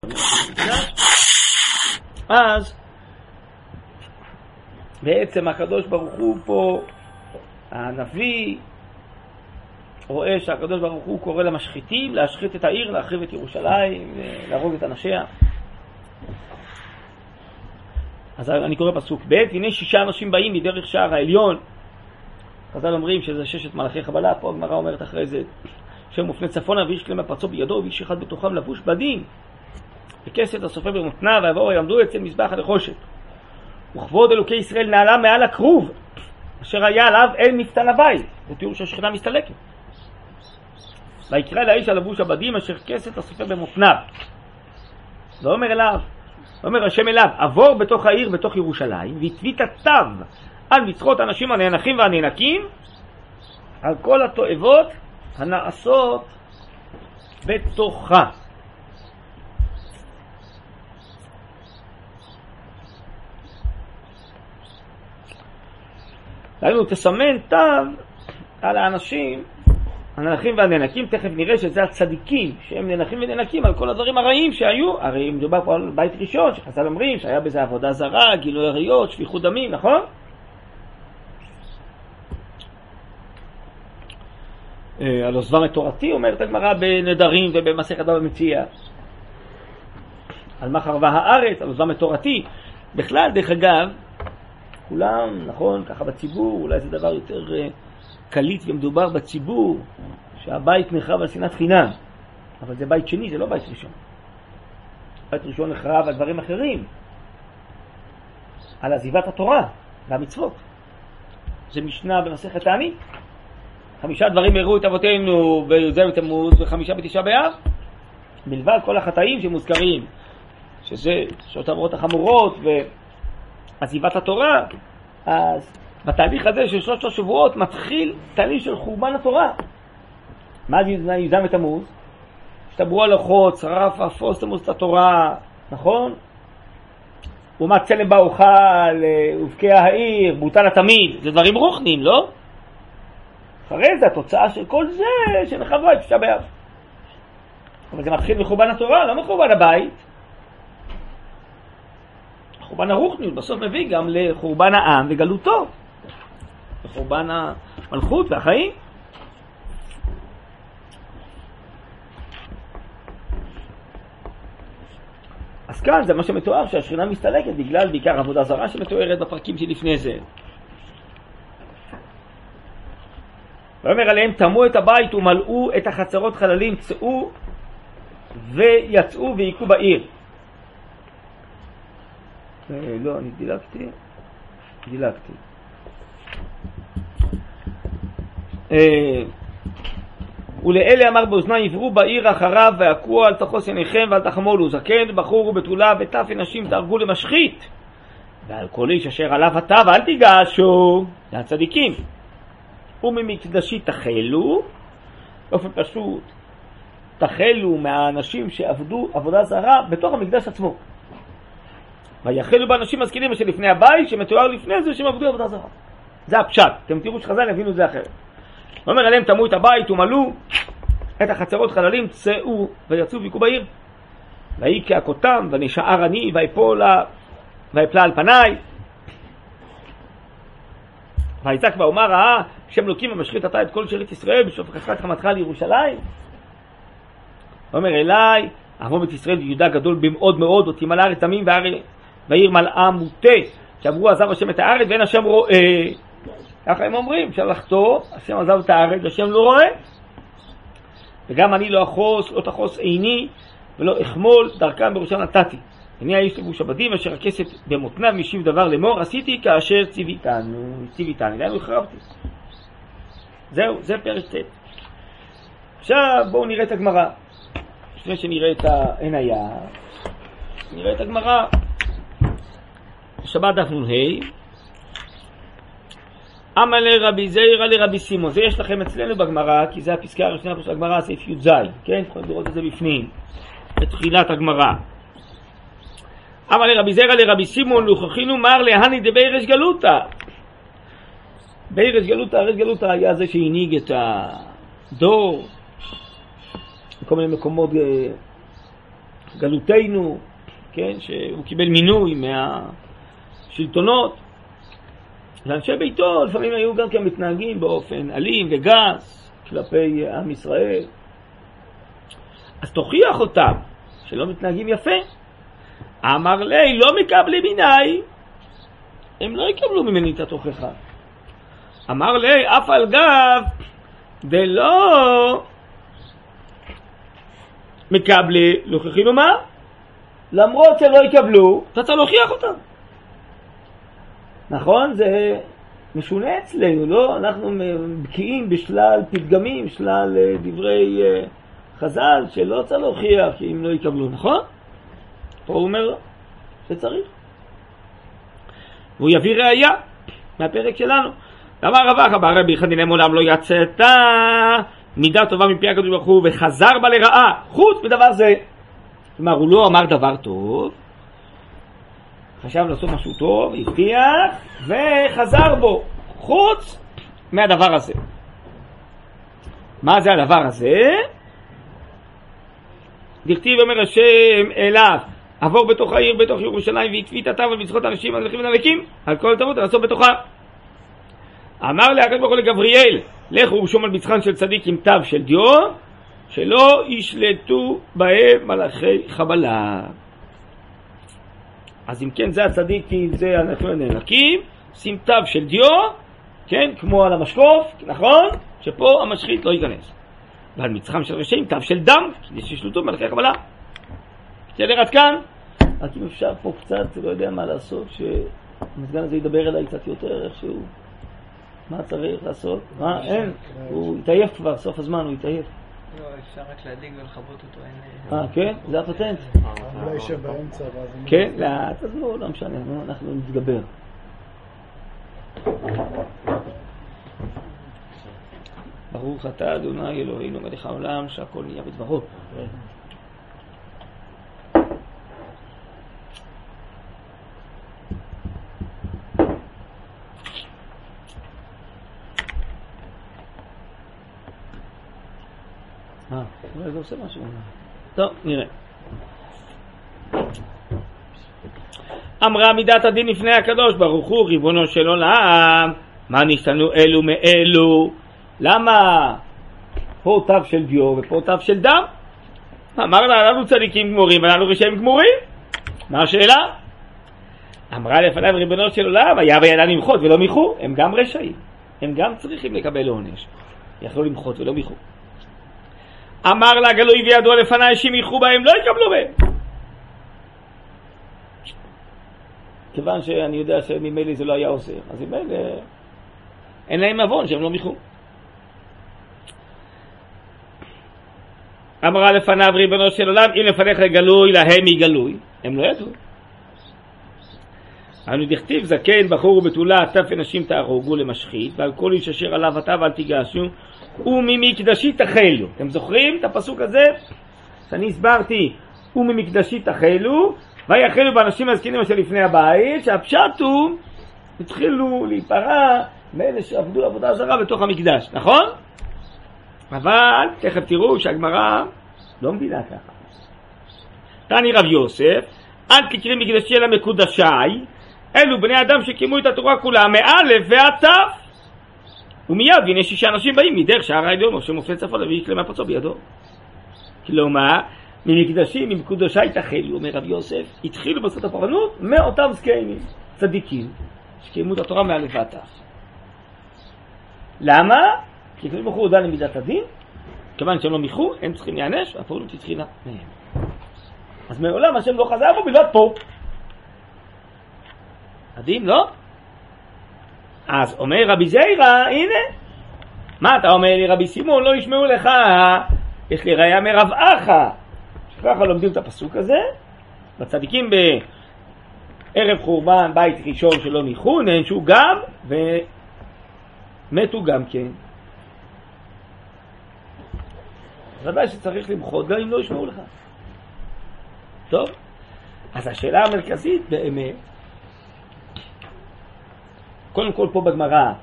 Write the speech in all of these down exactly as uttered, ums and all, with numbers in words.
אז בעצם הקדוש ברוך הוא פה, הנביא רואה שהקדוש ברוך הוא קורא למשחיתים להשחית את העיר, להחריב את ירושלים, להרוג את אנשיה. אז אני קורא פסוק ב', הנה שישה אנשים באים מדרך שער העליון. חז"ל אומרים שזה ששת מלאכי חבלה, פה הגמרא אומרת אחרי זה שהם מופנה צפונה ואיש כלי מפרצו בידו ואיש אחד בתוכם לבוש בדים וכסת הסופר במותנה ויבואו יעמדו אצל מזבח הנחושת וכבוד אלוקי ישראל נעלה מעל הכרוב אשר היה עליו אל מפתן הבית. זה תיאור שהשכינה מסתלקת. ויקרא לאיש הלבוש הבדים אשר כסת הסופר במותנה ואומר אליו, אומר השם אליו, עבור בתוך העיר בתוך ירושלים והתווית תו על מצחות האנשים הנאנחים והנאנקים על כל התועבות הנעשות בתוכה. דהיינו תסמן תו על האנשים הנאנחים והנאנקים. תכף נראה שזה הצדיקים שהם נאנחים ונאנקים על כל הדברים הרעים שהיו. הרי מדובר פה על בית ראשון שחז"ל אומרים שהיה בזה עבודה זרה, גילוי עריות, שפיכות דמים, נכון? על עוזבם את תורתי אומרת הגמרא בנדרים ובמסכת בבא מציעא. על מה חרבה הארץ, על עוזבם את תורתי. בכלל דרך אגב כולם, נכון, ככה בציבור, אולי זה דבר יותר קליט ומדובר בציבור שהבית נחרב על שנאת חינם, אבל זה בית שני, זה לא בית ראשון. בית ראשון נחרב על דברים אחרים, על עזיבת התורה והמצוות. זה משנה במסכת תענית. חמישה דברים הראו את אבותינו בי"ז בתמוז וחמישה בתשעה באב, מלבד כל החטאים שמוזכרים, שזה שעות העבירות החמורות ועזיבת התורה. אז בתהליך הזה של שלושת השבועות מתחיל תהליך של חורבן התורה. מה זה י"ז בתמוז? השתברו הלוחות, שרף אפוס תמוז את התורה, נכון? ומה צלם בה אוכל, ובקע העיר, בוטל התמיד, זה דברים רוחניים, לא? אחרי זה התוצאה של כל זה שנחרבה את תשעה באב. אבל זה מתחיל מחורבן התורה, לא מחורבן הבית. חורבן הרוחניות בסוף מביא גם לחורבן העם וגלותו, לחורבן המלכות והחיים. אז כאן זה מה שמתואר, שהשכינה מסתלקת בגלל בעיקר עבודה זרה שמתוארת בפרקים שלפני זה. ואומר עליהם, תמו את הבית ומלאו את החצרות חללים, צאו ויצאו ויקו בעיר. לא, אני דילגתי. דילגתי. ולאלה אמר באוזני, עברו בעיר אחריו והכו על תחוס עיניכם ועל תחמולו, זקן בחור ובתולה וטף ונשים תהרגו למשחית, ועל כל איש אשר עליו אתה ואל תיגשו. זה הצדיקים. וממקדשי תחלו, באופן פשוט תחלו מהאנשים שעבדו עבודה זרה בתוך המקדש עצמו. ויחלו באנשים מזכירים שלפני הבית שמתואר לפני זה שהם עבדו עבודה זרה. זה הפשט. אתם תראו שחז"ל יבינו את זה אחרת. הוא אומר עליהם, תמו את הבית ומלאו את החצרות חללים, צאו ויצאו ויקו בעיר. ויהי כהכותם ונשאר אני ויפולה ויפלה על פניי. ויצעק ואומר, אה, שם אלוקים ומשחית אתה את כל שארית ישראל בשופכת חמתך לירושלים. הוא אומר אליי, אהבו בית ישראל ויהודה גדול במאוד מאוד, ותמלא הארץ דמים והעיר מלאה מוטה, שעברו עזב השם את הארץ ואין השם רואה. ככה הם אומרים, אפשר לחטוא, השם עזב את הארץ והשם לא רואה. וגם אני לא אחוס, לא תחוס עיני ולא אחמול דרכם בראשם נתתי. הנה האיש לבוש הבדים אשר הכסת במותניו משיב דבר לאמור, עשיתי כאשר ציוויתנו, ציוויתני, לאן החרבתי. זהו, זה פרק ט'. עכשיו בואו נראה את הגמרא. לפני שנראה את העניה, נראה את הגמרא. שבת דף נ"ה. אמר לרבי זיירא לרבי סימון. זה יש לכם אצלנו בגמרא, כי זה הפסקה הראשונה של הגמרא, סעיף י"ז. כן, יכולים לראות את זה בפנים. בתחילת הגמרא. אמר לרבי זיירא לרבי סימון, לוכחינו מר להני דביירש גלותא. ביירש גלותא, רש גלותא היה זה שהנהיג את הדור, בכל מיני מקומות גלותנו, כן, שהוא קיבל מינוי מהשלטונות, ואנשי ביתו לפעמים היו גם כן מתנהגים באופן אלים וגס כלפי עם ישראל. אז תוכיח אותם שלא מתנהגים יפה. אמר לי, לא מקבלים מיני, הם לא יקבלו ממני את התוכחה. אמר לי, אף על גב, ולא מקבלי, לוכחינו מה? למרות שלא יקבלו, אתה צריך להוכיח אותם. נכון? זה משונה אצלנו, לא? אנחנו בקיאים בשלל פתגמים, שלל דברי חז"ל, שלא צריך להוכיח כי אם לא יקבלו, נכון? פה הוא אומר שצריך. והוא יביא ראייה מהפרק שלנו. אמר רב אחא בר רבי חנינא מעולם לא יצאת מידה טובה מפי הקדוש ברוך הוא וחזר בה לרעה חוץ מדבר זה. כלומר, הוא לא אמר דבר טוב, חשב לעשות משהו טוב, הבטיח וחזר בו חוץ מהדבר הזה. מה זה הדבר הזה? דכתיב אומר השם אליו, עבור בתוך העיר, בתוך ירושלים, והתפית אתה ולמצחות אנשים הלכים ונלקים על כל תמות לעשות בתוכה. אמר להקדוש ברוך הוא לגבריאל, לך ורשום על מצחן של צדיק עם תו של דיו, שלא ישלטו בהם מלאכי חבלה. אז אם כן זה הצדיק, כי זה אנחנו נאנקים, שים תו של דיו, כן, כמו על המשקוף, נכון? שפה המשחית לא ייכנס. ועל מצחם של רשעים תו של דם, כדי שישלטו מלאכי חבלה. תהיה עד כאן. רק אם אפשר פה קצת, לא יודע מה לעשות, שהמסגן הזה ידבר אליי קצת יותר, איכשהו. מה צריך לעשות? מה? אין. הוא התעייף כבר, סוף הזמן הוא התעייף. לא, אפשר רק להדליק ולחבות אותו. אה, כן? זה הפטנט. אולי שבאמצע. כן? לאט, אז לא, לא משנה, אנחנו נתגבר. ברוך אתה אדוני אלוהינו מלך העולם שהכל נהיה בדברו. אה, אולי זה עושה משהו. טוב, נראה. אמרה מידת הדין לפני הקדוש ברוך הוא ריבונו של עולם, מה נשתנו אלו מאלו? למה פה תו של דיו ופה תו של דם? אמר לה, אנחנו צדיקים גמורים ואנחנו רשעים גמורים. מה השאלה? אמרה לפניו ריבונו של עולם, היה וידע למחות ולא מיחו, הם גם רשעים, הם גם צריכים לקבל עונש, יכלו למחות ולא מיחו. אמר לה גלוי וידוע לפניי שמיחו בהם לא יקבלו בהם, כיוון שאני יודע שממילא זה לא היה עושה, אז ממילא אין להם מבון שהם לא מיחו. אמרה לפניו ריבונו של עולם, אם לפניך גלוי להם יגלוי, הם לא ידעו. אנו דכתיב זקן בחור ובתולה טף אנשים תהרוגו למשחית, ועל כל איש אשר עליו אתה ואל תיגשו וממקדשי תחלו. אתם זוכרים את הפסוק הזה שאני הסברתי? וממקדשי תחלו, ויחלו באנשים הזקנים אשר לפני הבית, שהפשט הוא התחילו להיפרע מאלה שעבדו עבודה זרה בתוך המקדש, נכון? אבל תכף תראו שהגמרא לא מבינה ככה. תני רב יוסף, אל תקריא מקדשי אלא מקודשי, אלו בני אדם שקימו את התורה כולה מאלף ועד תף, ומיד הנה שישה אנשים באים מדרך שער העליון או שמופת צפון ויש להם הפצו בידו. כלומר, ממקדשים, ממקודשי תחלו, אומר רב יוסף, התחילו בסוד הפורענות מאותם זקנים, צדיקים, שקימו את התורה מאלף ועד תף. למה? כי כדי בחור הודע למידת הדין, כיוון שהם לא מיחו, הם צריכים להיענש, והפורענות התחילה מהם. אז מעולם השם לא חזר בו בלבד פה. הדין, לא? אז אומר רבי זיירא, הנה, מה אתה אומר לי רבי סימון, לא ישמעו לך, יש לי ראיה מרב אחא, שככה לומדים את הפסוק הזה, בצדיקים בערב חורבן בית ראשון שלא מיחו, נענשו גם, ומתו גם כן. ודאי שצריך למחות גם אם לא ישמעו לך. טוב, אז השאלה המרכזית באמת, קודם כל פה בגמרא,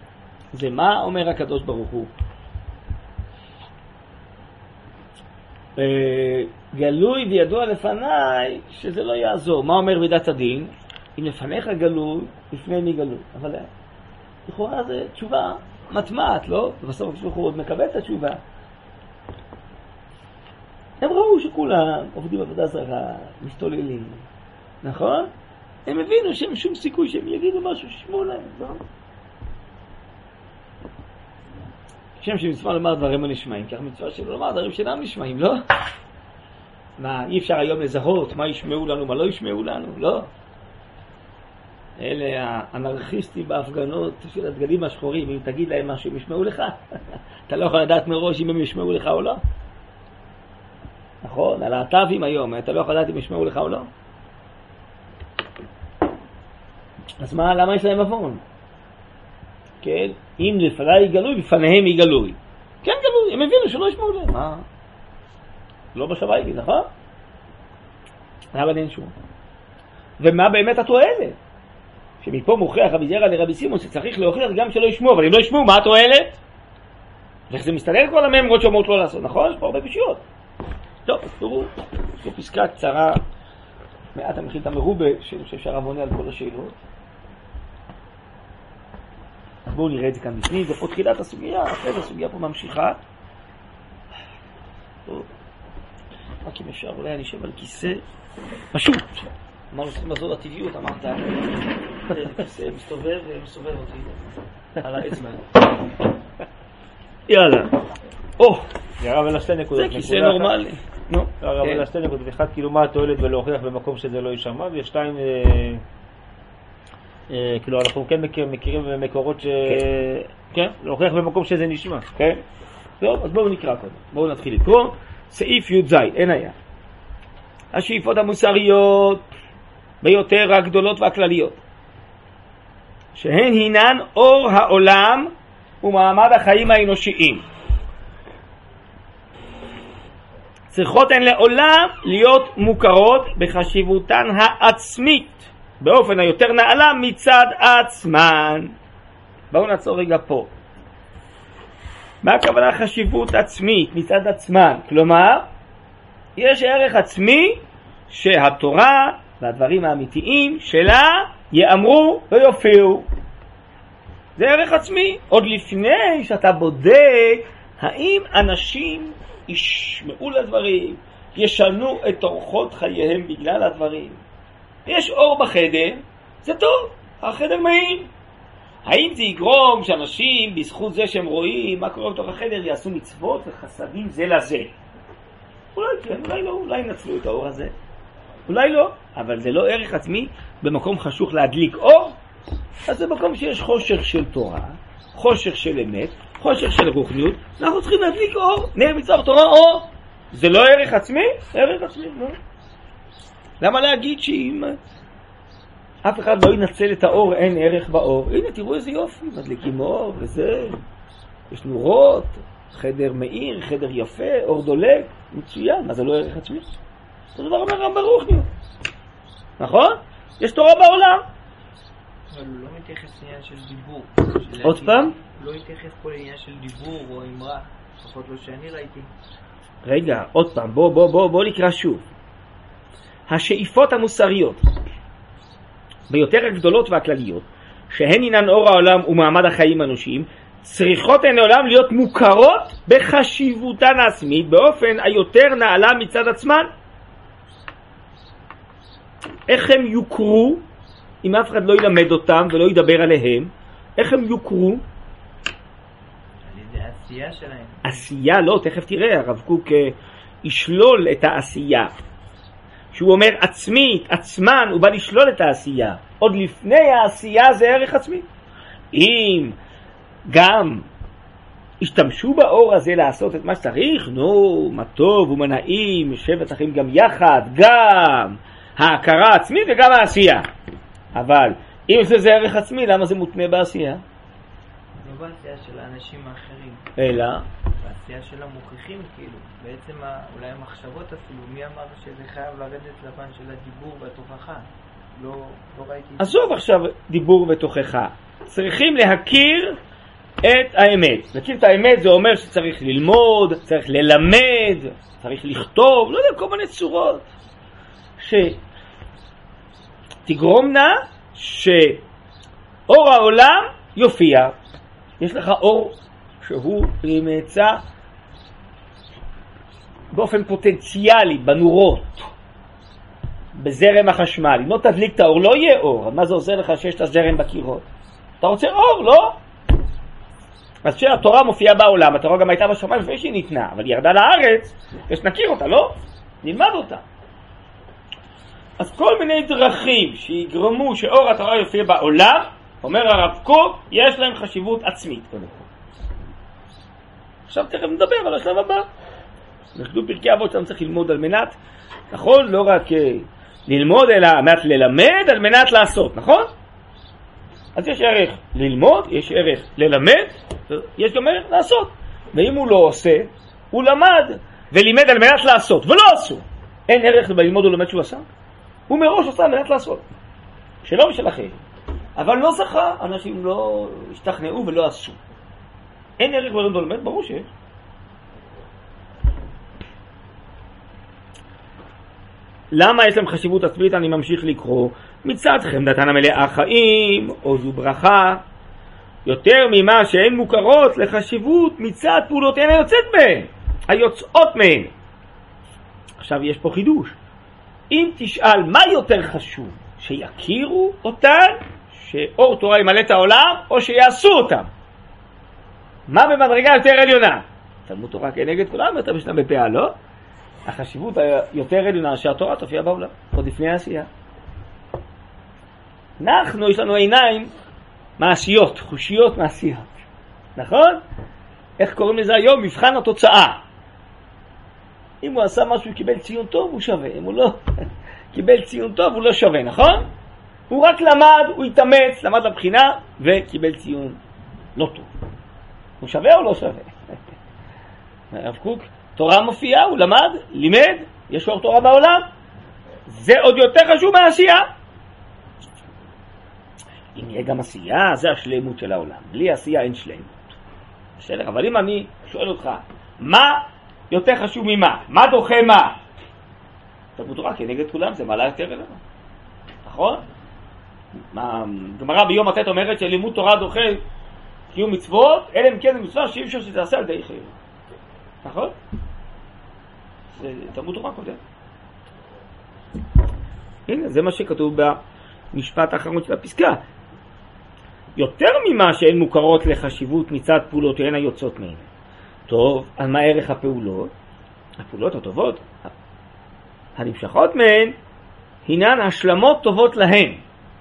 זה מה אומר הקדוש ברוך הוא? גלוי וידוע לפניי שזה לא יעזור. מה אומר מידת הדין? אם לפניך גלוי, לפני מי גלוי. אבל לכאורה זה תשובה מטמעת, לא? ובסוף הוא עוד מקבל את התשובה. הם ראו שכולם עובדים עבודה זרה, משתוללים, נכון? הם הבינו שאין שום סיכוי שהם יגידו משהו שישמעו להם, לא? כשם שמצווה לומר דברים הנשמעים, כך מצווה שלא לומר דברים שאינם נשמעים, לא? מה, אי אפשר היום לזהות מה ישמעו לנו, מה לא ישמעו לנו, לא? אלה האנרכיסטים בהפגנות של הדגלים השחורים, אם תגיד להם משהו, הם ישמעו לך? אתה לא יכול לדעת מראש אם הם ישמעו לך או לא? נכון, על האטבים היום, אתה לא יכול לדעת אם ישמעו לך או לא? אז מה, למה יש להם עוון? כן, אם לפניי גלוי, בפניהם היא גלוי. כן גלוי, הם הבינו שלא ישמעו להם. מה? לא בשווה הבין, נכון? אבל אין שום. ומה באמת התועלת? שמפה מוכיח רבי זרע לרבי סימון שצריך להוכיח גם שלא ישמעו, אבל אם לא ישמעו, מה התועלת? ואיך זה מסתדר כל המאמרות שאומרות לא לעשות, נכון? יש פה הרבה פשויות. טוב, תראו, זו פסקה קצרה, מעט המכיל את המרובה, שאני חושב שהרב עונה על כל השאלות. אז בואו נראה את זה כאן בפנים, זה פה תחילת הסוגיה, אחרי זה הסוגיה פה ממשיכה. טוב, רק אם אפשר, אולי אני אשב על כיסא, פשוט. אמרנו שצריכים לעזור לטבעיות, אמרת, כיסא מסתובב ומסובב אותי על האצבע. יאללה. או! הרב על השתי נקודות. זה כיסא נורמלי. הרב על השתי נקודות. אחד, כאילו מה התועלת ולהוכיח במקום שזה לא יישמע, ושתיים, כאילו אנחנו כן מכירים במקורות ש... כן, להוכיח במקום שזה נשמע. כן. טוב, אז בואו נקרא קודם. בואו נתחיל לקרוא. סעיף י"ז, אין היה. השאיפות המוסריות ביותר הגדולות והכלליות, שהן הינן אור העולם ומעמד החיים האנושיים, צריכות הן לעולם להיות מוכרות בחשיבותן העצמית באופן היותר נעלה מצד עצמן. בואו נעצור רגע פה. מה הכוונה חשיבות עצמית מצד עצמן? כלומר, יש ערך עצמי שהתורה והדברים האמיתיים שלה יאמרו ויופיעו. זה ערך עצמי. עוד לפני שאתה בודק האם אנשים ישמעו לדברים, ישנו את אורחות חייהם בגלל הדברים. יש אור בחדר, זה טוב, החדר מהיר. האם זה יגרום שאנשים בזכות זה שהם רואים מה קורה בתוך החדר יעשו מצוות וחסדים זה לזה? אולי כן, אולי לא, אולי ינצלו את האור הזה, אולי לא, אבל זה לא ערך עצמי במקום חשוך להדליק אור. אז זה מקום שיש חושך של תורה, חושך של אמת, חושך של רוחניות, אנחנו צריכים להדליק אור, נר מצוות תורה אור. זה לא ערך עצמי? ערך עצמי, לא. למה להגיד שאם אף אחד לא ינצל את האור אין ערך באור? הנה תראו איזה יופי, מדליקים אור וזה, יש נורות, חדר מאיר, חדר יפה, אור דולק, מצוין. מה זה לא ערך עצמי? זה דבר אומר רב ברוחניות, נכון? יש תורה בעולם. אבל הוא לא מתייחס לעניין של דיבור. עוד פעם? הוא לא מתייחס פה לעניין של דיבור או אמרה, לפחות לא שאני ראיתי. רגע, עוד פעם, בוא, בוא, בוא, בוא נקרא שוב. השאיפות המוסריות ביותר הגדולות והכלליות, שהן הינן אור העולם ומעמד החיים האנושיים, צריכות הן לעולם להיות מוכרות בחשיבותן העצמית באופן היותר נעלה מצד עצמן. איך הם יוכרו אם אף אחד לא ילמד אותם ולא ידבר עליהם? איך הם יוכרו? על ידי העשייה שלהם. עשייה לא, תכף תראה, הרב קוק ישלול את העשייה. שהוא אומר עצמית, עצמן, הוא בא לשלול את העשייה. עוד לפני העשייה זה ערך עצמי. אם גם השתמשו באור הזה לעשות את מה שצריך, נו, מה טוב ומה נעים, שבט אחים גם יחד, גם ההכרה העצמית וגם העשייה. אבל אם זה זה ערך עצמי, למה זה מותנה בעשייה? לא בעשייה של האנשים האחרים. אלא? בעשייה של המוכיחים, כאילו. בעצם אולי המחשבות אפילו, מי אמר שזה חייב לרדת לבן של הדיבור והתוכחה? לא, לא ראיתי... עזוב עכשיו דיבור ותוכחה. צריכים להכיר את האמת. להכיר את האמת זה אומר שצריך ללמוד, צריך ללמד, צריך לכתוב, לא יודע, כל מיני צורות שתגרומנה שאור העולם יופיע. יש לך אור שהוא נמצא באופן פוטנציאלי בנורות, בזרם החשמל. אם לא תדליק את האור לא יהיה אור. מה זה עוזר לך שיש את הזרם בקירות? אתה רוצה אור, לא? אז כשהתורה מופיעה בעולם, התורה גם הייתה בשמיים לפני שהיא ניתנה, אבל היא ירדה לארץ, יש נכיר אותה, לא? נלמד אותה. אז כל מיני דרכים שיגרמו שאור התורה יופיע בעולם, אומר הרב קוק, יש להם חשיבות עצמית. עכשיו תכף נדבר על השלב הבא. נכדו פרקי אבות שאתה צריך ללמוד על מנת, נכון? לא רק ללמוד, אלא על מנת ללמד, על מנת לעשות, נכון? אז יש ערך ללמוד, יש ערך ללמד, יש גם ערך לעשות. ואם הוא לא עושה, הוא למד ולימד על מנת לעשות, ולא עשו. אין ערך בללמוד ולמד שהוא עשה. הוא מראש עשה על מנת לעשות. שלא ושל אחר. אבל לא זכה, אנשים לא השתכנעו ולא עשו. אין ערך בללמוד ולמד, ברור שיש. למה יש להם חשיבות עצמית? אני ממשיך לקרוא. מצד חמדתן המלאה חיים, עוז וברכה, יותר ממה שהן מוכרות לחשיבות מצד פעולותיהן היוצאת מהן, היוצאות מהן. עכשיו יש פה חידוש. אם תשאל מה יותר חשוב, שיכירו אותן, שאור תורה ימלא את העולם, או שיעשו אותם? מה במדרגה יותר עליונה? תלמוד תורה כנגד כולם, אתה משנה בפעה, לא? החשיבות היותר עליונה שהתורה תופיע בעולם, עוד לפני העשייה. אנחנו, יש לנו עיניים מעשיות, חושיות מעשיות. נכון? איך קוראים לזה היום? מבחן התוצאה. אם הוא עשה משהו, הוא קיבל ציון טוב, הוא שווה. אם הוא לא קיבל ציון טוב, הוא לא שווה, נכון? הוא רק למד, הוא התאמץ, למד לבחינה, וקיבל ציון לא טוב. הוא שווה או לא שווה? הרב קוק, תורה מופיעה, הוא למד, לימד, יש אור תורה בעולם. זה עוד יותר חשוב מהעשייה. אם יהיה גם עשייה, זה השלמות של העולם. בלי עשייה אין שלמות. בסדר, אבל אם אני שואל אותך, מה יותר חשוב ממה? מה דוחה מה? תלמוד תורה כנגד כולם, זה מעלה יותר אלינו. נכון? גמרא ביום הט' אומרת שלימוד תורה דוחה קיום מצוות, אלא אם כן זה מצווה שאי אפשר שזה עשה על ידי חיים. נכון? זה תלמוד תורה קודם. הנה, זה מה שכתוב במשפט האחרון של הפסקה. יותר ממה שהן מוכרות לחשיבות מצד פעולותיהן היוצאות מהן. טוב, על מה ערך הפעולות? הפעולות הטובות, הנמשכות מהן, הינן השלמות טובות להן.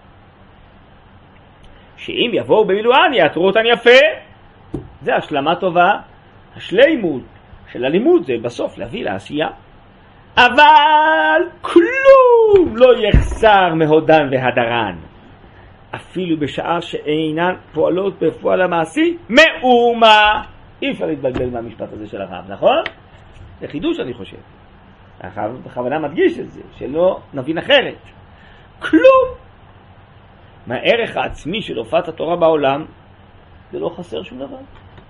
שאם יבואו במילואן, יעטרו אותן יפה. זה השלמה טובה. השלימות של הלימוד זה בסוף להביא לעשייה. אבל כלום לא יחסר מהודן והדרן. אפילו בשעה שאינן פועלות בפועל המעשי, מאומה. אי אפשר להתבלבל מהמשפט הזה של הרב, נכון? זה חידוש אני חושב. הרב בכוונה מדגיש את זה, שלא נבין אחרת. כלום. מהערך העצמי של הופעת התורה בעולם, זה לא חסר שום דבר.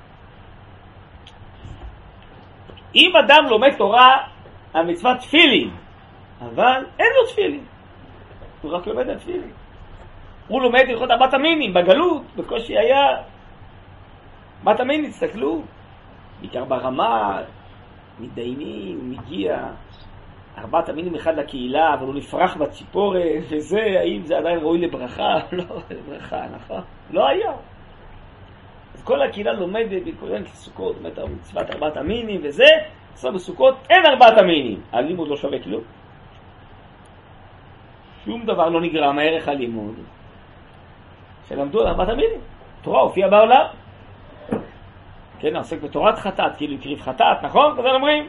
אם אדם לומד תורה, המצווה תפילין, אבל אין לו תפילין. הוא רק לומד על תפילין. הוא לומד הלכות ארבעת המינים, בגלות, בקושי היה. ארבעת המינים, תסתכלו, בעיקר ברמה, מתדיינים, הוא מגיע, ארבעת המינים אחד לקהילה, אבל הוא נפרח בציפורת, וזה, האם זה עדיין ראוי לברכה? לא לברכה, נכון? לא היה. אז כל הקהילה לומדת, בכהן כסוכות, זאת אומרת, מצוות ארבעת המינים וזה, אצלה בסוכות אין ארבעת המינים. הלימוד לא שווה כלום. שום דבר לא נגרע מערך הלימוד. שלמדו על ארבעת המינים. תורה הופיעה בעולם. כן, עוסק בתורת חטאת, כאילו הקריב חטאת, נכון? כזה אומרים.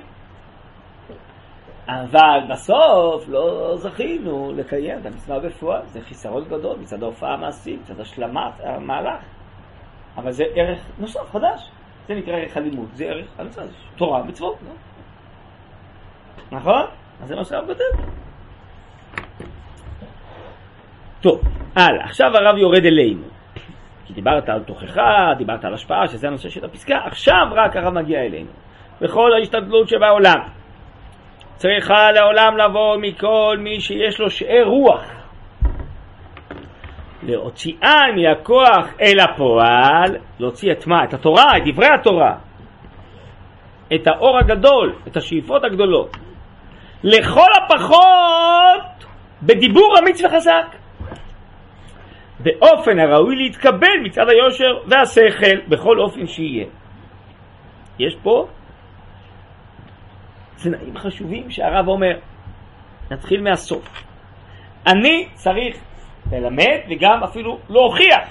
אבל בסוף לא זכינו לקיים את המצווה בפועל. זה חיסרון גדול מצד ההופעה המעשית, מצד השלמת המהלך. אבל זה ערך נוסף, חדש. זה נקרא ערך הלימוד. זה ערך המצווה, זה תורה, מצוות, לא? נכון? אז זה מה שהרב כותב. טוב, הלאה. עכשיו הרב יורד אלינו. כי דיברת על תוכחה, דיברת על השפעה, שזה הנושא של הפסקה, עכשיו רק הרב מגיע אלינו. בכל ההשתדלות שבעולם, צריכה לעולם לבוא מכל מי שיש לו שאר רוח, להוציאה מהכוח אל הפועל, להוציא את מה? את התורה, את דברי התורה, את האור הגדול, את השאיפות הגדולות, לכל הפחות בדיבור אמיץ וחזק, באופן הראוי להתקבל מצד היושר והשכל, בכל אופן שיהיה. יש פה תנאים חשובים שהרב אומר. נתחיל מהסוף. אני צריך ללמד וגם אפילו להוכיח.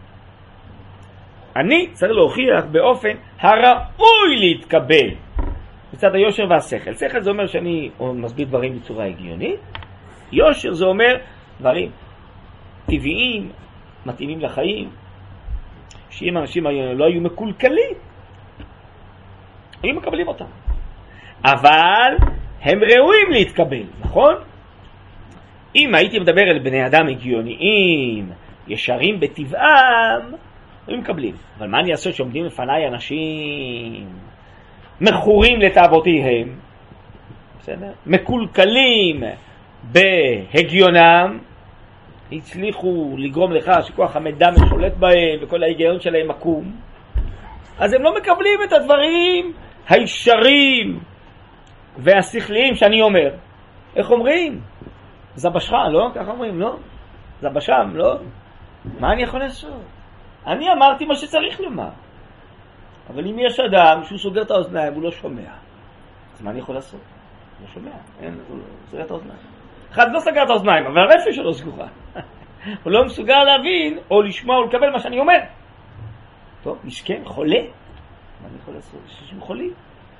אני צריך להוכיח באופן הראוי להתקבל מצד היושר והשכל. שכל זה אומר שאני מסביר דברים בצורה הגיונית. יושר זה אומר דברים טבעיים, מתאימים לחיים, שאם אנשים לא היו מקולקלים, היו מקבלים אותם. אבל הם ראויים להתקבל, נכון? אם הייתי מדבר על בני אדם הגיוניים, ישרים בטבעם, היו מקבלים. אבל מה אני אעשה שעומדים לפניי אנשים מכורים לתאוותיהם, בסדר? מקולקלים בהגיונם, הצליחו לגרום לך שכוח המדם שולט בהם וכל ההיגיון שלהם מקום, אז הם לא מקבלים את הדברים הישרים והשכליים שאני אומר. איך אומרים? זבשך, לא? ככה אומרים, לא? זבשם, לא? מה אני יכול לעשות? אני אמרתי מה שצריך לומר. אבל אם יש אדם שהוא סוגר את האוזניים, הוא לא שומע. אז מה אני יכול לעשות? הוא לא שומע, אין, הוא סוגר את האוזניים. אחד לא סגר את האוזניים, אבל הרפש שלו סגורה. הוא לא מסוגל להבין או לשמוע או לקבל מה שאני אומר. טוב, משכן, חולה. מה אני יכול לעשות? יש שהוא חולי.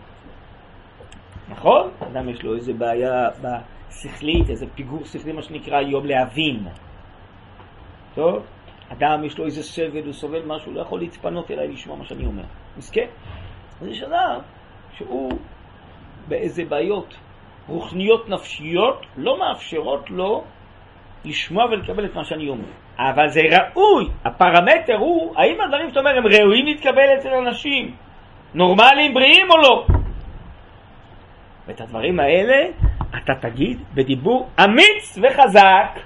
נכון? אדם יש לו איזה בעיה בשכלית, איזה פיגור שכלי, מה שנקרא היום להבין. טוב? אדם יש לו איזה סבל, הוא סובל משהו, לא יכול להתפנות אליי לשמוע מה שאני אומר. משכן. אז יש אדם שהוא באיזה בעיות רוחניות נפשיות לא מאפשרות לו לשמוע ולקבל את מה שאני אומר. אבל זה ראוי. הפרמטר הוא, האם הדברים שאתה אומר הם ראויים להתקבל אצל אנשים נורמליים, בריאים או לא? ואת הדברים האלה אתה תגיד בדיבור אמיץ וחזק.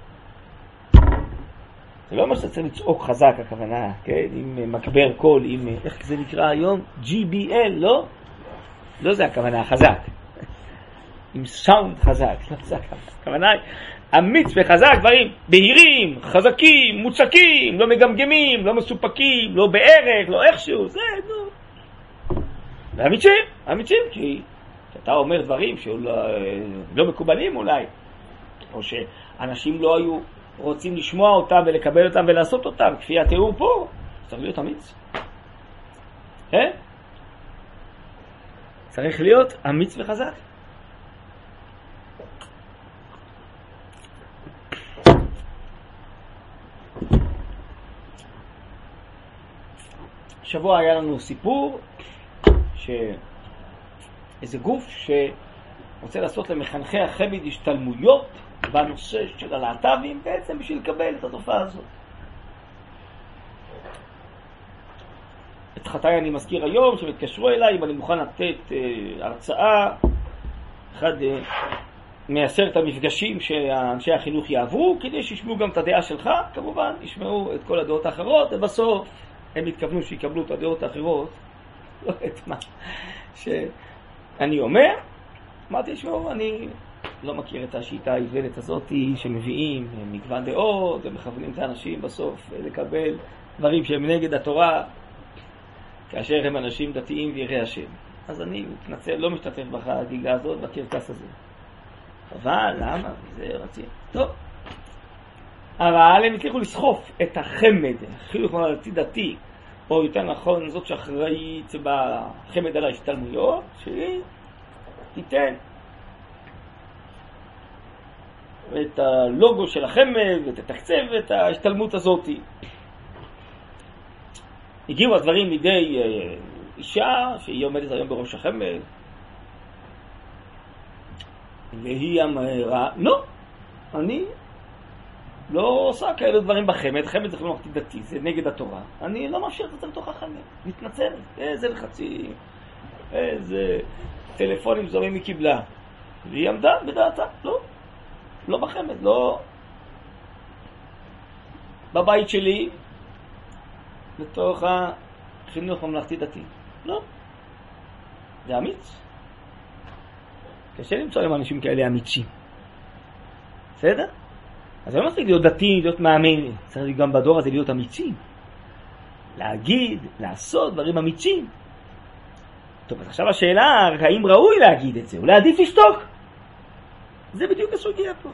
זה לא מה שאתה צריך לצעוק חזק, הכוונה, כן? עם מקבר קול, עם, איך זה נקרא היום? ג'י בי אל, לא? לא זה הכוונה, חזק. עם סאונד חזק, לא זה הכוונה. אמיץ וחזק, דברים בהירים, חזקים, מוצקים, לא מגמגמים, לא מסופקים, לא בערך, לא איכשהו, זה, נו. ואמיצים, אמיצים, כי אתה אומר דברים שלא לא מקובלים אולי, או שאנשים לא היו רוצים לשמוע אותם ולקבל אותם ולעשות אותם, כפי התיאור פה, צריך להיות אמיץ. אה? צריך להיות אמיץ וחזק. שבוע היה לנו סיפור שאיזה גוף שרוצה לעשות למחנכי החמ"ד השתלמויות בנושא של הלהט"בים, בעצם בשביל לקבל את התופעה הזאת. את חטאי אני מזכיר היום שמתקשרו אליי אם אני מוכן לתת אה, הרצאה, אחד אה, מעשרת המפגשים שאנשי החינוך יעברו, כדי שישמעו גם את הדעה שלך, כמובן ישמעו את כל הדעות האחרות, ובסוף הם התכוונו שיקבלו את הדעות האחרות, לא את מה שאני אומר. אמרתי, שמעו, אני לא מכיר את השיטה העיוולת הזאת שמביאים מגוון דעות ומכוונים את האנשים בסוף לקבל דברים שהם נגד התורה, כאשר הם אנשים דתיים ויראי השם. אז אני מתנצל, לא משתתף בחגיגה הזאת, בקרקס הזה. אבל למה? זה רצים. טוב. אבל הם הצליחו לסחוף את החמ"ד, חינוך ממלכתי דתי, או יותר נכון זאת שאחראית בחמ"ד על ההשתלמויות, שהיא תיתן את הלוגו של החמ"ד ותתקצב את ההשתלמות הזאת. הגיעו הדברים לידי אישה שהיא עומדת היום בראש החמ"ד, והיא אמרה, לא, אני לא עושה כאלה דברים בחמד, חמד זה חינוך דתי, זה נגד התורה, אני לא מאפשר את זה לתוך החמד, מתנצל, איזה לחצים, איזה טלפונים זורים היא קיבלה, והיא עמדה בדעתה, לא, לא בחמד, לא בבית שלי, לתוך החינוך הממלכתי דתי, לא, זה אמיץ. קשה למצוא עם אנשים כאלה אמיצים, בסדר? אז זה לא מספיק להיות דתי, להיות מאמין, צריך גם בדור הזה להיות אמיצים. להגיד, לעשות דברים אמיצים. טוב, אז עכשיו השאלה, האם ראוי להגיד את זה? אולי עדיף לשתוק. זה בדיוק הסוגיה פה.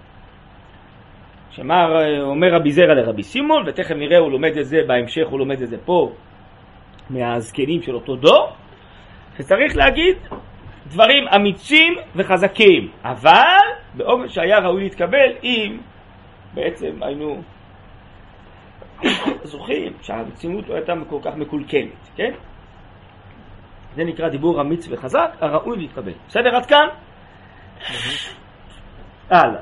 שמר אומר רבי זרע לרבי סימון, ותכף נראה הוא לומד את זה, בהמשך הוא לומד את זה פה, מהזקנים של אותו דור, שצריך להגיד דברים אמיצים וחזקים, אבל באופן שהיה ראוי להתקבל אם בעצם היינו זוכים שהמציאות לא הייתה כל כך מקולקלת, כן? זה נקרא דיבור אמיץ וחזק, הראוי להתקבל. בסדר עד כאן? הלאה.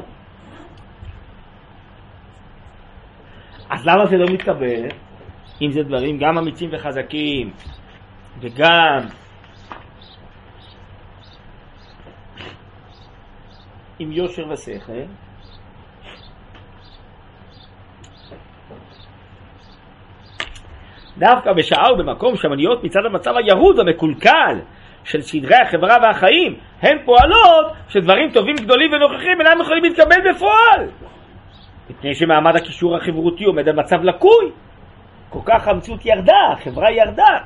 אז למה זה לא מתקבל? אם זה דברים גם אמיצים וחזקים וגם עם יושר ושכל, דווקא בשעה ובמקום שהמניות מצד המצב הירוד המקולקל של סדרי החברה והחיים הן פועלות שדברים טובים גדולים ונוכחים אינם יכולים להתקבל בפועל, מפני שמעמד הקישור החברותי עומד על מצב לקוי, כל כך המציאות ירדה, החברה ירדה,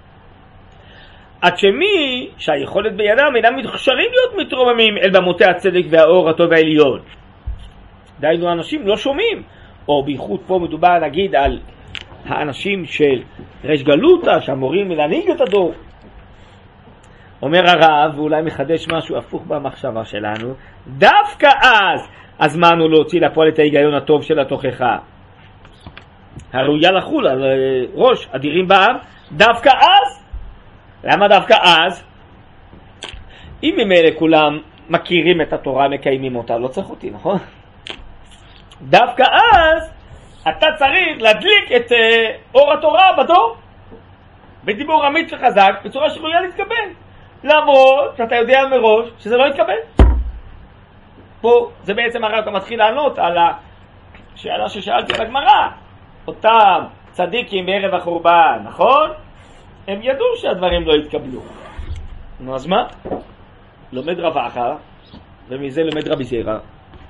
עד שמי שהיכולת בידם אינם מתחשרים להיות מתרוממים אל במותי הצדק והאור הטוב העליון. דיינו האנשים לא שומעים, או בייחוד פה מדובר נגיד על האנשים של רש גלותה שאמורים להנהיג את הדור. אומר הרב, ואולי מחדש משהו הפוך במחשבה שלנו, דווקא אז הזמן הוא להוציא לפועל את ההיגיון הטוב של התוכחה הראויה לחול על ראש אדירים בעם, דווקא אז. למה דווקא אז? אם ממילא כולם מכירים את התורה, מקיימים אותה, לא צריך אותי, נכון? דווקא אז אתה צריך להדליק את אור התורה בדור בדיבור אמיץ וחזק בצורה שראויה להתקבל, למרות שאתה יודע מראש שזה לא יתקבל. פה זה בעצם הרי אתה מתחיל לענות על השאלה ששאלתי על הגמרא, אותם צדיקים בערב החורבן, נכון? הם ידעו שהדברים לא יתקבלו. נו אז מה? לומד רב אחר, ומזה לומד רבי זרע,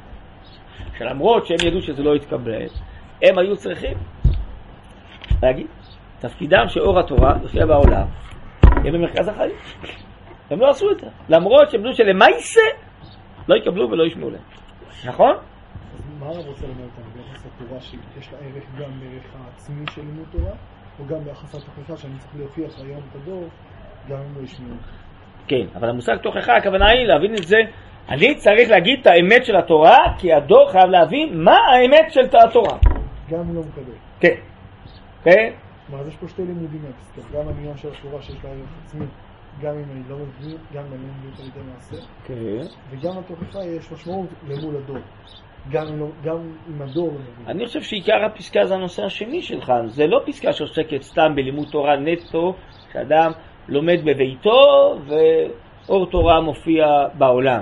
שלמרות שהם ידעו שזה לא יתקבל, הם היו צריכים להגיד, תפקידם שאור התורה יופיע בעולם, הם במרכז החיים. הם לא עשו את זה, למרות שהם ידעו שלמעשה לא יקבלו ולא ישמעו להם. נכון? מה הרב רוצה לומר אותנו ביחס לתורה שיש לה ערך גם בערך העצמי של לימוד תורה, או גם ביחס לתוכחה שאני צריך להוכיח היום את הדור, גם אם לא ישמעו? כן, אבל המושג תוכחה, הכוונה היא להבין את זה, אני צריך להגיד את האמת של התורה, כי הדור חייב להבין מה האמת של התורה. גם אם לא מקבל. כן. כן? אז יש פה שתי לימודים מהפסקה, גם העניין של התורה שיש לה ערך עצמי, גם אם אני לא מבין, גם אם אני לא מבין את הידי מעשה. כן. וגם התוכחה יש משמעות למול הדור. גם אם, לא, גם אם הדור לא מבין. אני חושב שעיקר הפסקה זה הנושא השני שלך. זה לא פסקה שעוסקת סתם בלימוד תורה נטו, שאדם לומד בביתו ואור תורה מופיע בעולם.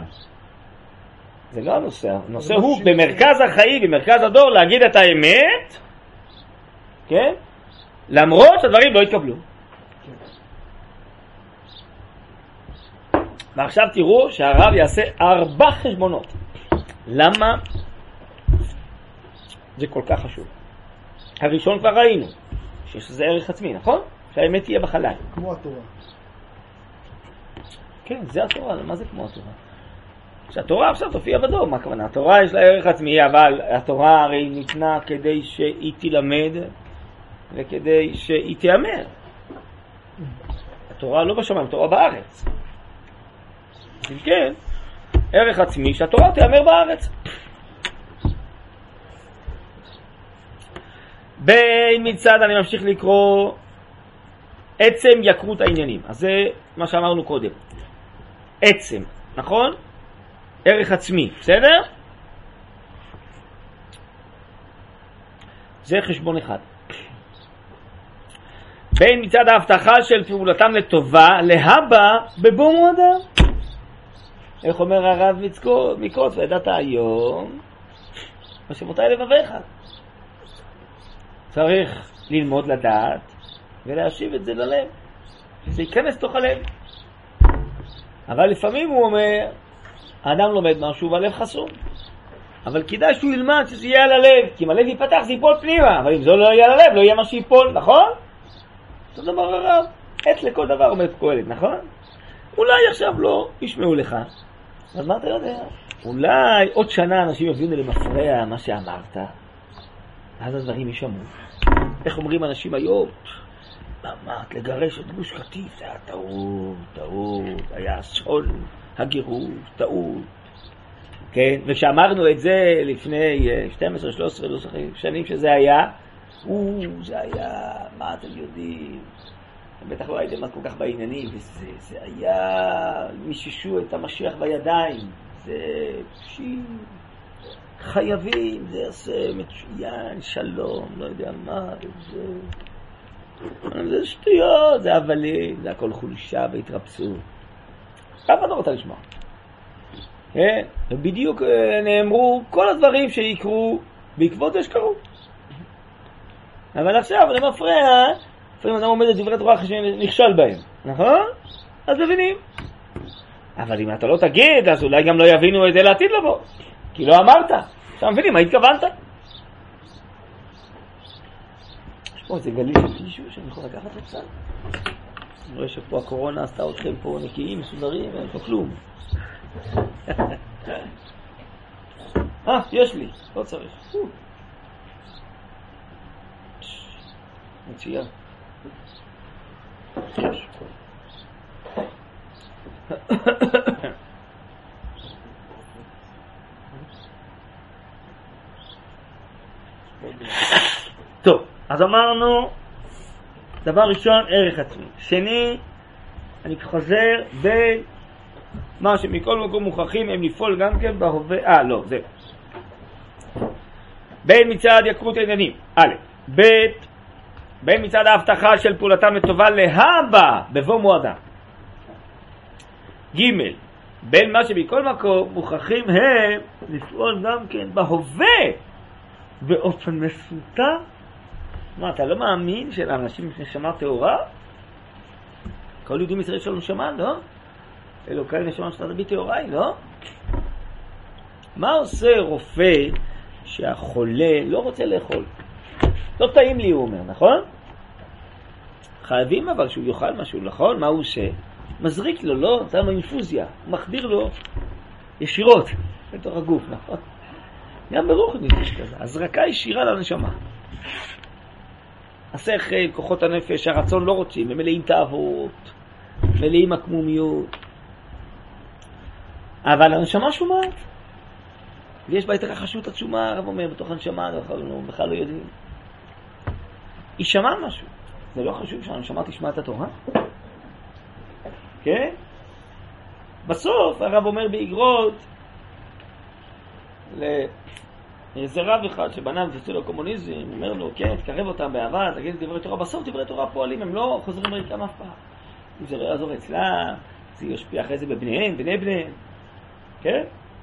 זה לא הנושא. הנושא הוא במרכז החיים, במרכז הדור, להגיד את האמת, כן? למרות שהדברים לא יתקבלו. ועכשיו תראו שהרב יעשה ארבע חשבונות. למה זה כל כך חשוב? הראשון כבר ראינו שזה ערך עצמי, נכון? שהאמת תהיה בחלל. כמו התורה. כן, זה התורה. מה זה כמו התורה? שהתורה עכשיו תופיע בדור. מה הכוונה? התורה יש לה ערך עצמי, אבל התורה הרי ניתנה כדי שהיא תלמד וכדי שהיא תיאמר. התורה לא בשמיים, התורה בארץ. אם כן, ערך עצמי שהתורה תיאמר בארץ. בין מצד אני ממשיך לקרוא עצם יקרות העניינים. אז זה מה שאמרנו קודם. עצם, נכון? ערך עצמי, בסדר? זה חשבון אחד. בין מצד ההבטחה של פעולתם לטובה, להבא בבוא מועדם. איך אומר הרב מקוץ, וידעת היום, בשמותי לבביך. צריך ללמוד לדעת, ולהשיב את זה ללב. שזה ייכנס תוך הלב. אבל לפעמים הוא אומר, האדם לומד משהו והלב חסום. אבל כדאי שהוא ילמד שזה יהיה על הלב, כי אם הלב ייפתח זה ייפול פנימה, אבל אם זה לא יהיה על הלב, לא יהיה מה שיפול, נכון? זה דבר הרב, עת לכל דבר עומד קהלת, נכון? אולי עכשיו לא ישמעו לך, אבל מה אתה יודע? אולי עוד שנה אנשים יבינו למפרע מה שאמרת, אז הדברים יישמעו. איך אומרים אנשים היום? באמת, לגרש את גוש קטיף, זה היה טעות, טעות, היה אסון, הגירוש, טעות. כן? וכשאמרנו את זה לפני שתים עשרה שלוש עשרה שנים שזה היה, או, זה היה, מה אתם יודעים? בטח לא הייתם כל כך בעניינים, וזה, זה היה מיששו את המשיח בידיים, זה פשיט, חייבים, זה יעשה מצוין, שלום, לא יודע מה, זה, זה שטויות, זה אבלים, זה הכל חולשה והתרפסות. אף אחד לא רוצה לשמוע. כן? ובדיוק נאמרו כל הדברים שיקרו בעקבות זה שקרו. אבל עכשיו, אני מפריע, לפעמים אדם עומד את דברי תורה אחרי שנכשל בהם, נכון? אז מבינים. אבל אם אתה לא תגיד, אז אולי גם לא יבינו את זה לעתיד לבוא. כי לא אמרת. עכשיו מבינים, מה התכוונת? יש פה איזה גליל של מישהו שאני יכול לקחת קצת. אני רואה שפה הקורונה עשתה אתכם פה נקיים, מסודרים, ואין פה כלום. אה, יש לי, לא צריך. מצוין. טוב, אז אמרנו דבר ראשון, ערך עצמי. שני, אני חוזר במה שמכל מקום מוכרחים הם לפעול גם כן בהווה. אה, לא, זה בין מצד יקרות העניינים. א', ב', בין מצד ההבטחה של פעולתם לטובה להבא בבוא מועדם. ג', בין מה שמכל מקום מוכרחים הם לפעול גם כן בהווה באופן מסוטה. מה, אתה לא מאמין שלאנשים לפני נשמה טהורה? כל יהודים ישראל שלנו נשמה, לא? אלוקי נשמה שאתה תביא טהורה, לא? מה עושה רופא שהחולה לא רוצה לאכול? לא טעים לי, הוא אומר, נכון? חייבים אבל שהוא יאכל משהו, נכון? מה הוא עושה? מזריק לו, לא? נותן לו אינפוזיה, הוא מחדיר לו ישירות לתוך הגוף, נכון? גם ברוח נפש כזה, הזרקה ישירה לנשמה. השכל, כוחות הנפש, הרצון לא רוצים, הם מלאים תאוות, מלאים הקמומיות. אבל הנשמה שומעת. ויש בה התרחשות עצומה, הרב אומר, בתוך הנשמה, אנחנו בכלל לא יודעים. היא שמעה משהו. זה לא חשוב שהנשמה תשמע את התורה? כן? בסוף הרב אומר באגרות, לאיזה רב אחד שבנה ותצאו לקומוניזם, אומר לו, כן, תקרב אותם באהבה, תגיד דברי תורה, בסוף דברי תורה פועלים, הם לא חוזרים ריקם אף פעם. אם זה לא יעזור אצלה, זה ישפיע אחרי זה בבניהם, בני בניהם. כן?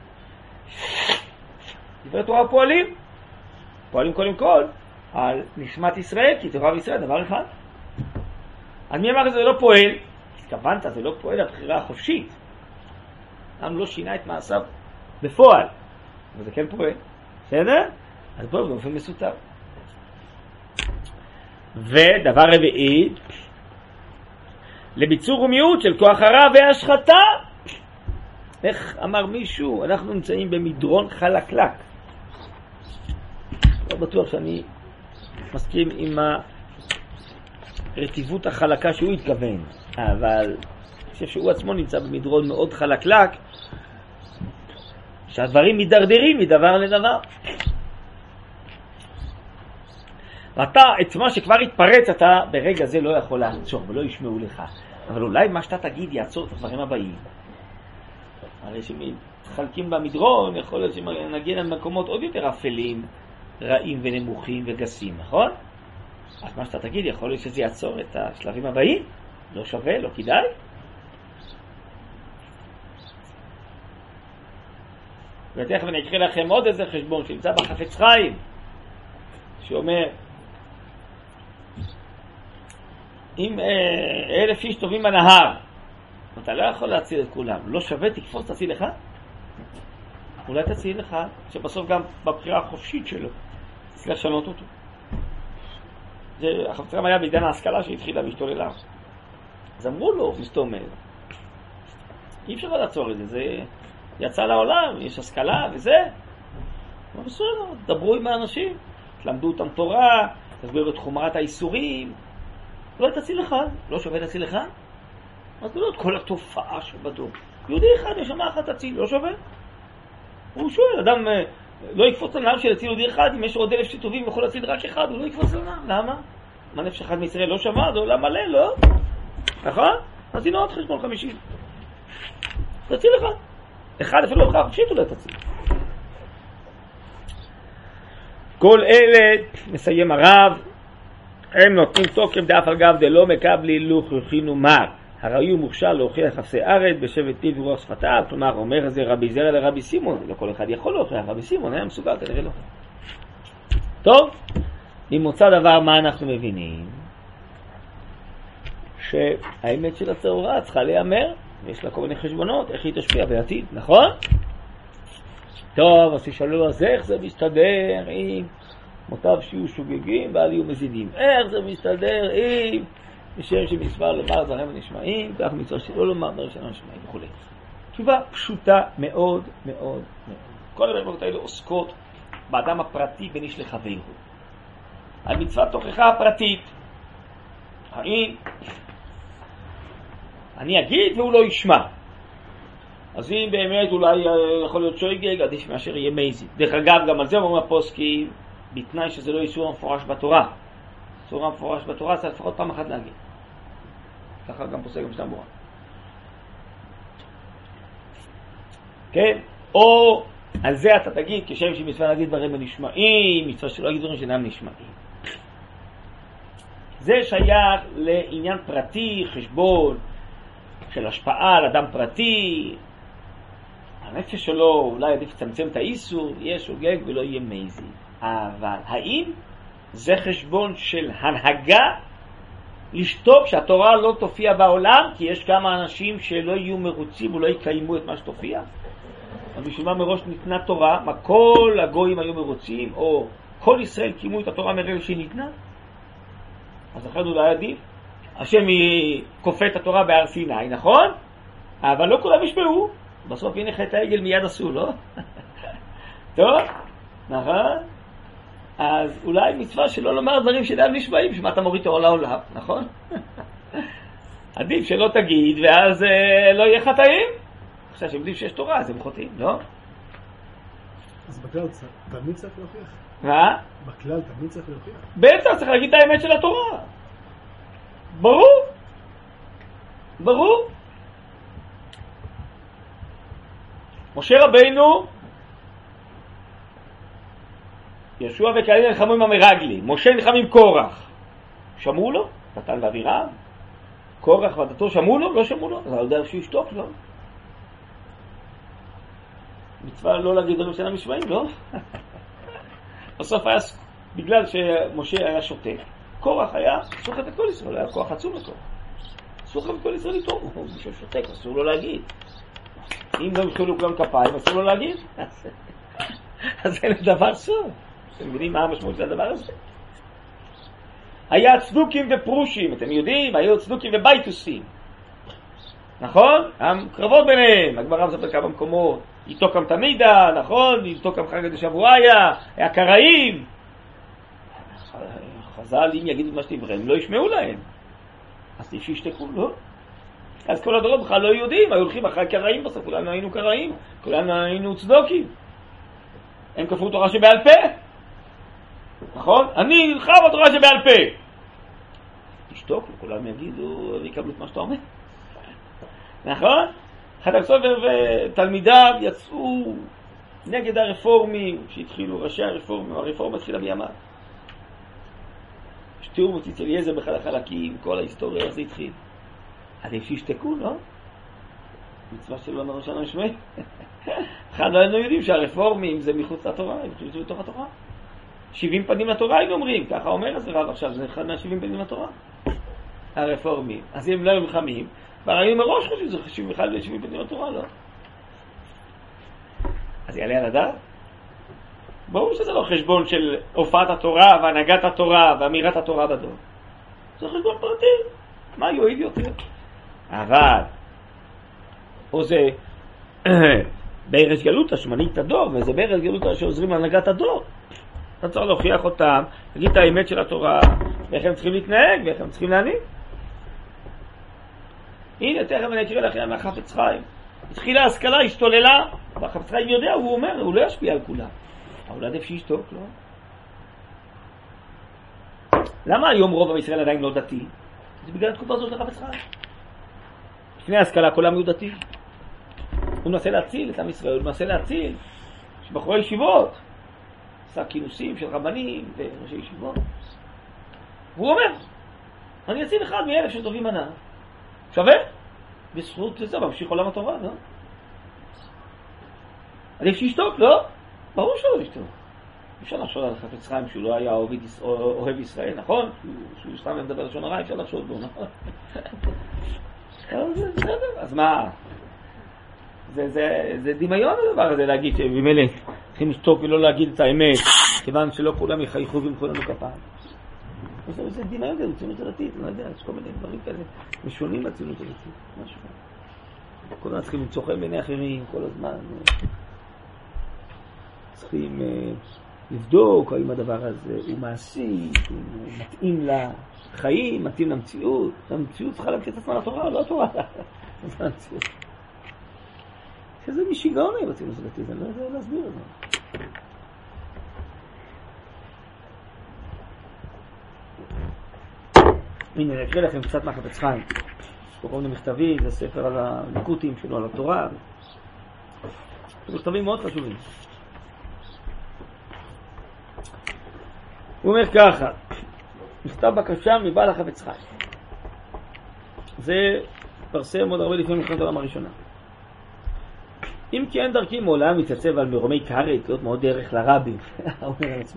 דברי תורה פועלים. פועלים קודם כל על נשמת ישראל, כי תורה וישראל דבר אחד. אז מי אמר שזה לא פועל? התכוונת, זה לא פועל הבחירה החופשית. אדם לא שינה את מעשיו בפועל. אבל זה כן פועל. בסדר? אז פועל באופן מסותר. ודבר רביעי, לביצור ומיעוט של כוח הרע והשחתה. איך אמר מישהו? אנחנו נמצאים במדרון חלקלק. לא בטוח שאני מסכים עם הרטיבות החלקה שהוא התכוון, אבל אני חושב שהוא עצמו נמצא במדרון מאוד חלקלק, שהדברים מדרדרים מדבר לדבר. ואתה, את מה שכבר התפרץ, אתה ברגע זה לא יכול לעצור ולא ישמעו לך. אבל אולי מה שאתה תגיד יעצור את הדברים הבאים. הרי שמתחלקים במדרון, יכול להיות שנגיע למקומות עוד יותר אפלים, רעים ונמוכים וגסים, נכון? אז מה שאתה תגיד, יכול להיות שזה יעצור את השלבים הבאים? לא שווה, לא כדאי? ותכף אני אקריא לכם עוד איזה חשבון שנמצא בחפץ חיים, שאומר, אם אה, אלף איש טובים בנהר, אתה לא יכול להציל את כולם, לא שווה, תקפוץ, תציל לך? אולי תציל לך, שבסוף גם בבחירה החופשית שלו, תצליח לשנות אותו. זה, החפץ חיים היה בעידן ההשכלה שהתחילה והשתוללה. אז אמרו לו, מסתומר, אי אפשר לעצור את זה, זה יצא לעולם, יש השכלה וזה. אבל בסדר, דברו עם האנשים, תלמדו אותם תורה, תסבירו את חומרת האיסורים. לא תציל אחד, לא שווה תציל אחד. אז לא את כל התופעה שבדור. יהודי אחד, נשמה אחת תציל, לא שווה. הוא שואל, אדם לא יקפוץ לנהר של להציל יהודי אחד, אם יש עוד אלף שטובים יכול להציל רק אחד, הוא לא יקפוץ לנהר. למה? מה נפש אחד מישראל לא שווה? זה עולם מלא, לא? נכון? אז הנה עוד חשבון חמישים. תציל אחד. אחד אפילו לא חופשית אולי תציל. כל אלה, מסיים הרב, הם נותנים תוקף דף על גב דלא מקבלי לוך יוכינו מר. הראי הוא מוכשר להוכיח חפשי ארץ בשבט טיב ורוח שפתיו. כלומר, אומר זה רבי זרע לרבי סימון. לא כל אחד יכול להוכיח. רבי סימון היה מסוגל, כנראה לא. טוב, ממוצא דבר מה אנחנו מבינים? שהאמת של הצהורה צריכה להיאמר, ויש לה כל מיני חשבונות, איך היא תשפיע בעתיד, נכון? טוב, אז תשאלו, אז איך זה מסתדר עם מוטב שיהיו שוגגים ואל יהיו מזידים? איך זה מסתדר עם בשם שמצווה לומר דברים הנשמעים, כך מצווה שלא לומר דברים הנשמעים וכו'. תשובה פשוטה מאוד מאוד מאוד. כל הרמות האלה עוסקות באדם הפרטי בין איש לחברו. על מצוות תוכחה הפרטית. האם אני אגיד והוא לא ישמע. אז אם באמת אולי יכול להיות שויגג, עדיף מאשר יהיה מייזי. דרך אגב, גם על זה אומרים הפוסקים, בתנאי שזה לא איסור המפורש בתורה. איסור המפורש בתורה זה לפחות פעם אחת להגיד. ככה גם פוסק גם סתם כן? או על זה אתה תגיד, כשם שמצווה להגיד דברים הנשמעים, מצווה שלא להגיד דברים שאינם נשמעים. זה שייך לעניין פרטי, חשבון של השפעה על אדם פרטי. הנפש שלו אולי עדיף לצמצם את האיסור, יהיה שוגג ולא יהיה מייזי. אבל האם זה חשבון של הנהגה לשתוק שהתורה לא תופיע בעולם, כי יש כמה אנשים שלא יהיו מרוצים ולא יקיימו את מה שתופיע? אז בשביל מה מראש ניתנה תורה, מה כל הגויים היו מרוצים, או כל ישראל קיימו את התורה מרגע שהיא ניתנה? אז לכן אולי עדיף. השם כופה את התורה בהר סיני, נכון? אבל לא כולם ישמעו. בסוף הנה חטא העגל מיד עשו, לא? טוב, נכון? אז אולי מצווה שלא לומר דברים שאינם נשמעים, שמה אתה מוריד תורה לעולם, נכון? עדיף שלא תגיד, ואז אה, לא יהיה חטאים. עכשיו שיודעים שיש תורה, אז הם חוטאים, לא? אז בכלל תמיד צריך להוכיח. מה? בכלל תמיד צריך להוכיח. בטח, צריך להגיד את האמת של התורה. ברור. ברור. משה רבינו, ישוע וקהלים נלחמו עם המרגלים, משה נלחם עם קורח. שמעו לו? דתן ואבירם? קורח ודתו שמעו לו? לא שמעו לו? אז על דרך שהוא ישתוק, לא? מצווה לא להגיד דברים שאינם נשמעים, לא? בסוף היה, בגלל שמשה היה שותק, קורח היה סוחב את כל ישראל, היה כוח עצום לקורח. סוחב את כל ישראל איתו, הוא בשביל שותק, אסור לו להגיד. אם לא יחלו כולם כפיים, אסור לו להגיד. אז אין דבר סוף. אתם מבינים מה המשמעות של הדבר הזה? היה צדוקים ופרושים, אתם יודעים, היו צדוקים ובייטוסים. נכון? הקרבות ביניהם, הגמרא מספר כמה מקומות. איתו קם תמידה, נכון? איתו קם חגת שבועיה, היה קראים. חז"ל, אם יגידו מה שתברם, לא ישמעו להם. אז שישתקו, לא? אז כל הדורות בכלל לא יודעים, היו הולכים אחרי קראים בסוף, כולנו היינו קראים, כולנו היינו צדוקים. הם כפרו תורה שבעל פה. נכון? אני נלחם בתורה שבעל פה. תשתוק, כולם יגידו, ויקבלו את מה שאתה אומר. נכון? אחד הקצות ותלמידיו יצאו נגד הרפורמים שהתחילו, ראשי הרפורמים, הרפורמה התחילה בימיו. שתיאור מוציא אצל אליעזר באחד החלקים, כל ההיסטוריה, איך זה התחיל. אז איפה שישתקו, לא? מצווה שלו אמר ראשון המשמעי. אחד לא היינו יודעים שהרפורמים זה מחוץ לתורה, הם חושבים שזה בתוך התורה. שבעים פנים לתורה היינו אומרים, ככה אומר אז רב עכשיו, זה אחד מהשבעים פנים לתורה. הרפורמים. אז אם לא היו מלחמים, והרעים מראש חושבים שזה חשוב אחד לשבעים פנים לתורה, לא? אז יעלה על הדעת? ברור שזה לא חשבון של הופעת התורה והנהגת התורה ואמירת התורה בדור. זה חשבון פרטי. מה יועיל יותר? אבל, או זה בארץ גלות השמנית הדור, וזה בארץ גלות שעוזרים להנהגת הדור. אתה צריך להוכיח אותם, להגיד את האמת של התורה, ואיך הם צריכים להתנהג, ואיך הם צריכים להנהיג. הנה, תכף אני אקריא לכם מהחפץ חיים. התחילה ההשכלה, השתוללה, והחפץ חיים יודע, הוא אומר, הוא לא ישפיע על כולם. אבל עדיף שישתוק, לא? למה היום רוב עם ישראל עדיין לא דתי? זה בגלל התקופה הזאת לחפץ חיים. לפני ההשכלה כולם היו דתי. הוא מנסה להציל את עם ישראל, הוא מנסה להציל שבחורי ישיבות, עשה כינוסים של רבנים וראשי ישיבות. והוא אומר, אני אציל אחד מאלף שטובים מנה. שווה? בזכות לזה, ממשיך עולם התורה, לא? עדיף שישתוק, לא? ברור שלא ישתוק. אפשר לחשוב על חפץ חיים שהוא לא היה אוהב ישראל, נכון? שהוא סתם מדבר לשון הרע, אפשר לחשוב בו, נכון? אז מה? זה דמיון הדבר הזה להגיד שבמילא צריכים לשתוק ולא להגיד את האמת, כיוון שלא כולם יחייכו וימחאו לנו כפיים. זה דמיון כזה, ציונות הדתית, אני לא יודע, יש כל מיני דברים כאלה משונים לציונות הדתית, משהו. כל הזמן צריכים למצוא חן בעיני אחרים, כל הזמן צריכים לבדוק האם הדבר הזה הוא מעשי, הוא מתאים לחיים, מתאים למציאות. המציאות צריכה להקטט את עצמה לתורה, לא התורה. זה המציאות. שזה משיגעון היה בציונות הדתית, אני לא יודע להסביר את זה. הנה, אני אקריא לכם קצת מהחפץ חיים. יש פה כל מיני מכתבים, זה ספר על הליקוטים שלו, על התורה. זה מכתבים מאוד חשובים. הוא אומר ככה, מכתב בקשה מבעל החפץ חיים. זה פרסם עוד הרבה לפני מלחמת העולם הראשונה. אם כי אין דרכי מעולם מתייצב על מרומי כרת, להיות מאוד דרך לרבים, הוא אומר על עצמו.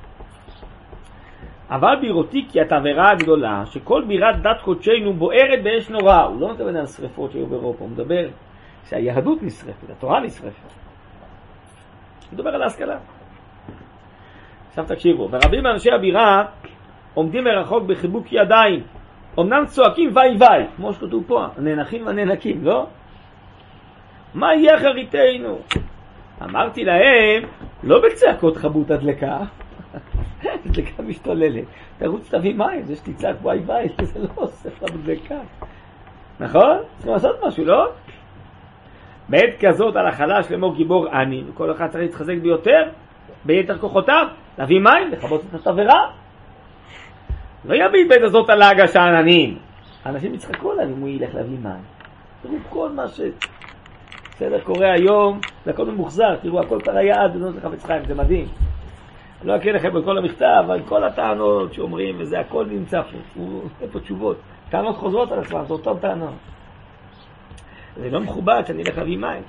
אבל בירותי כי התעברה הגדולה, שכל בירת דת קודשנו בוערת באש נורא. הוא לא מתכוון על שריפות שהיו באירופה, הוא מדבר שהיהדות נשרפת, התורה נשרפת. הוא מדבר על ההשכלה. עכשיו תקשיבו, ורבים מאנשי הבירה עומדים מרחוק בחיבוק ידיים, אמנם צועקים וי וי, כמו שכתוב פה, הנאנחים והנאנקים, לא? מה יהיה אחריתנו? אמרתי להם, לא בצעקות חבוט הדלקה, הדלקה משתוללת, תרוץ תביא מים, זה שתצעק וי וי, זה לא עושה בדלקה. נכון? צריכים לעשות משהו, לא? בעת כזאת על החלש לאמור גיבור אני, וכל אחד צריך להתחזק ביותר, ביתר כוחותיו, להביא מים, לכבות את התברה. לא יביט בעת הזאת על להגש העננים. האנשים יצחקו עליו אם הוא ילך להביא מים. תראו כל מה ש... בסדר, קורה היום, זה הכל ממוחזר, תראו, הכל כבר היה עד, זה חפץ חיים, זה מדהים. אני לא אקריא לכם בכל המכתב, אבל כל הטענות שאומרים, וזה הכל נמצא פה, הוא... איפה תשובות. טענות חוזרות על עצמם, זה אותם טענות. זה לא מכובד שאני אלך להביא מים.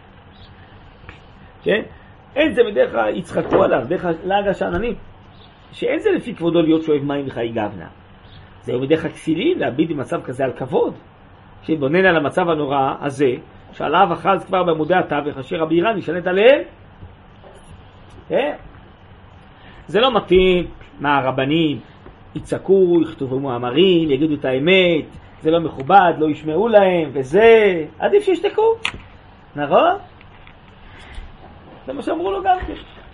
כן? אין זה בדרך כלל יצחקו עליו, דרך להגש העננים, שאין זה לפי כבודו להיות שואב מים וחיי גבנה. זהו בדרך הכסילים להביט במצב כזה על כבוד, שבונן על המצב הנורא הזה, שעליו אחז כבר בעמודי התווך, אשר הבירה נשענת עליהם. כן? זה לא מתאים מה הרבנים יצעקו, יכתובו מאמרים, יגידו את האמת, זה לא מכובד, לא ישמעו להם, וזה, עדיף שישתקו. נכון? זה מה שאמרו לו גם כן.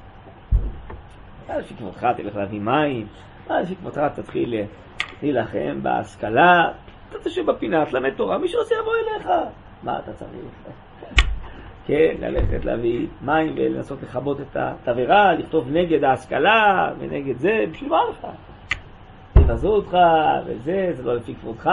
אז שכמותך תלך להביא מים, אז שכמותך תתחיל להילחם בהשכלה, אתה תשב בפינה, תלמד תורה, מי שרוצה יבוא אליך. מה אתה צריך? כן, ללכת להביא מים ולנסות לכבות את התברה, לכתוב נגד ההשכלה ונגד זה, בשביל מה לך? תבזו אותך וזה, זה לא לפי כבודך.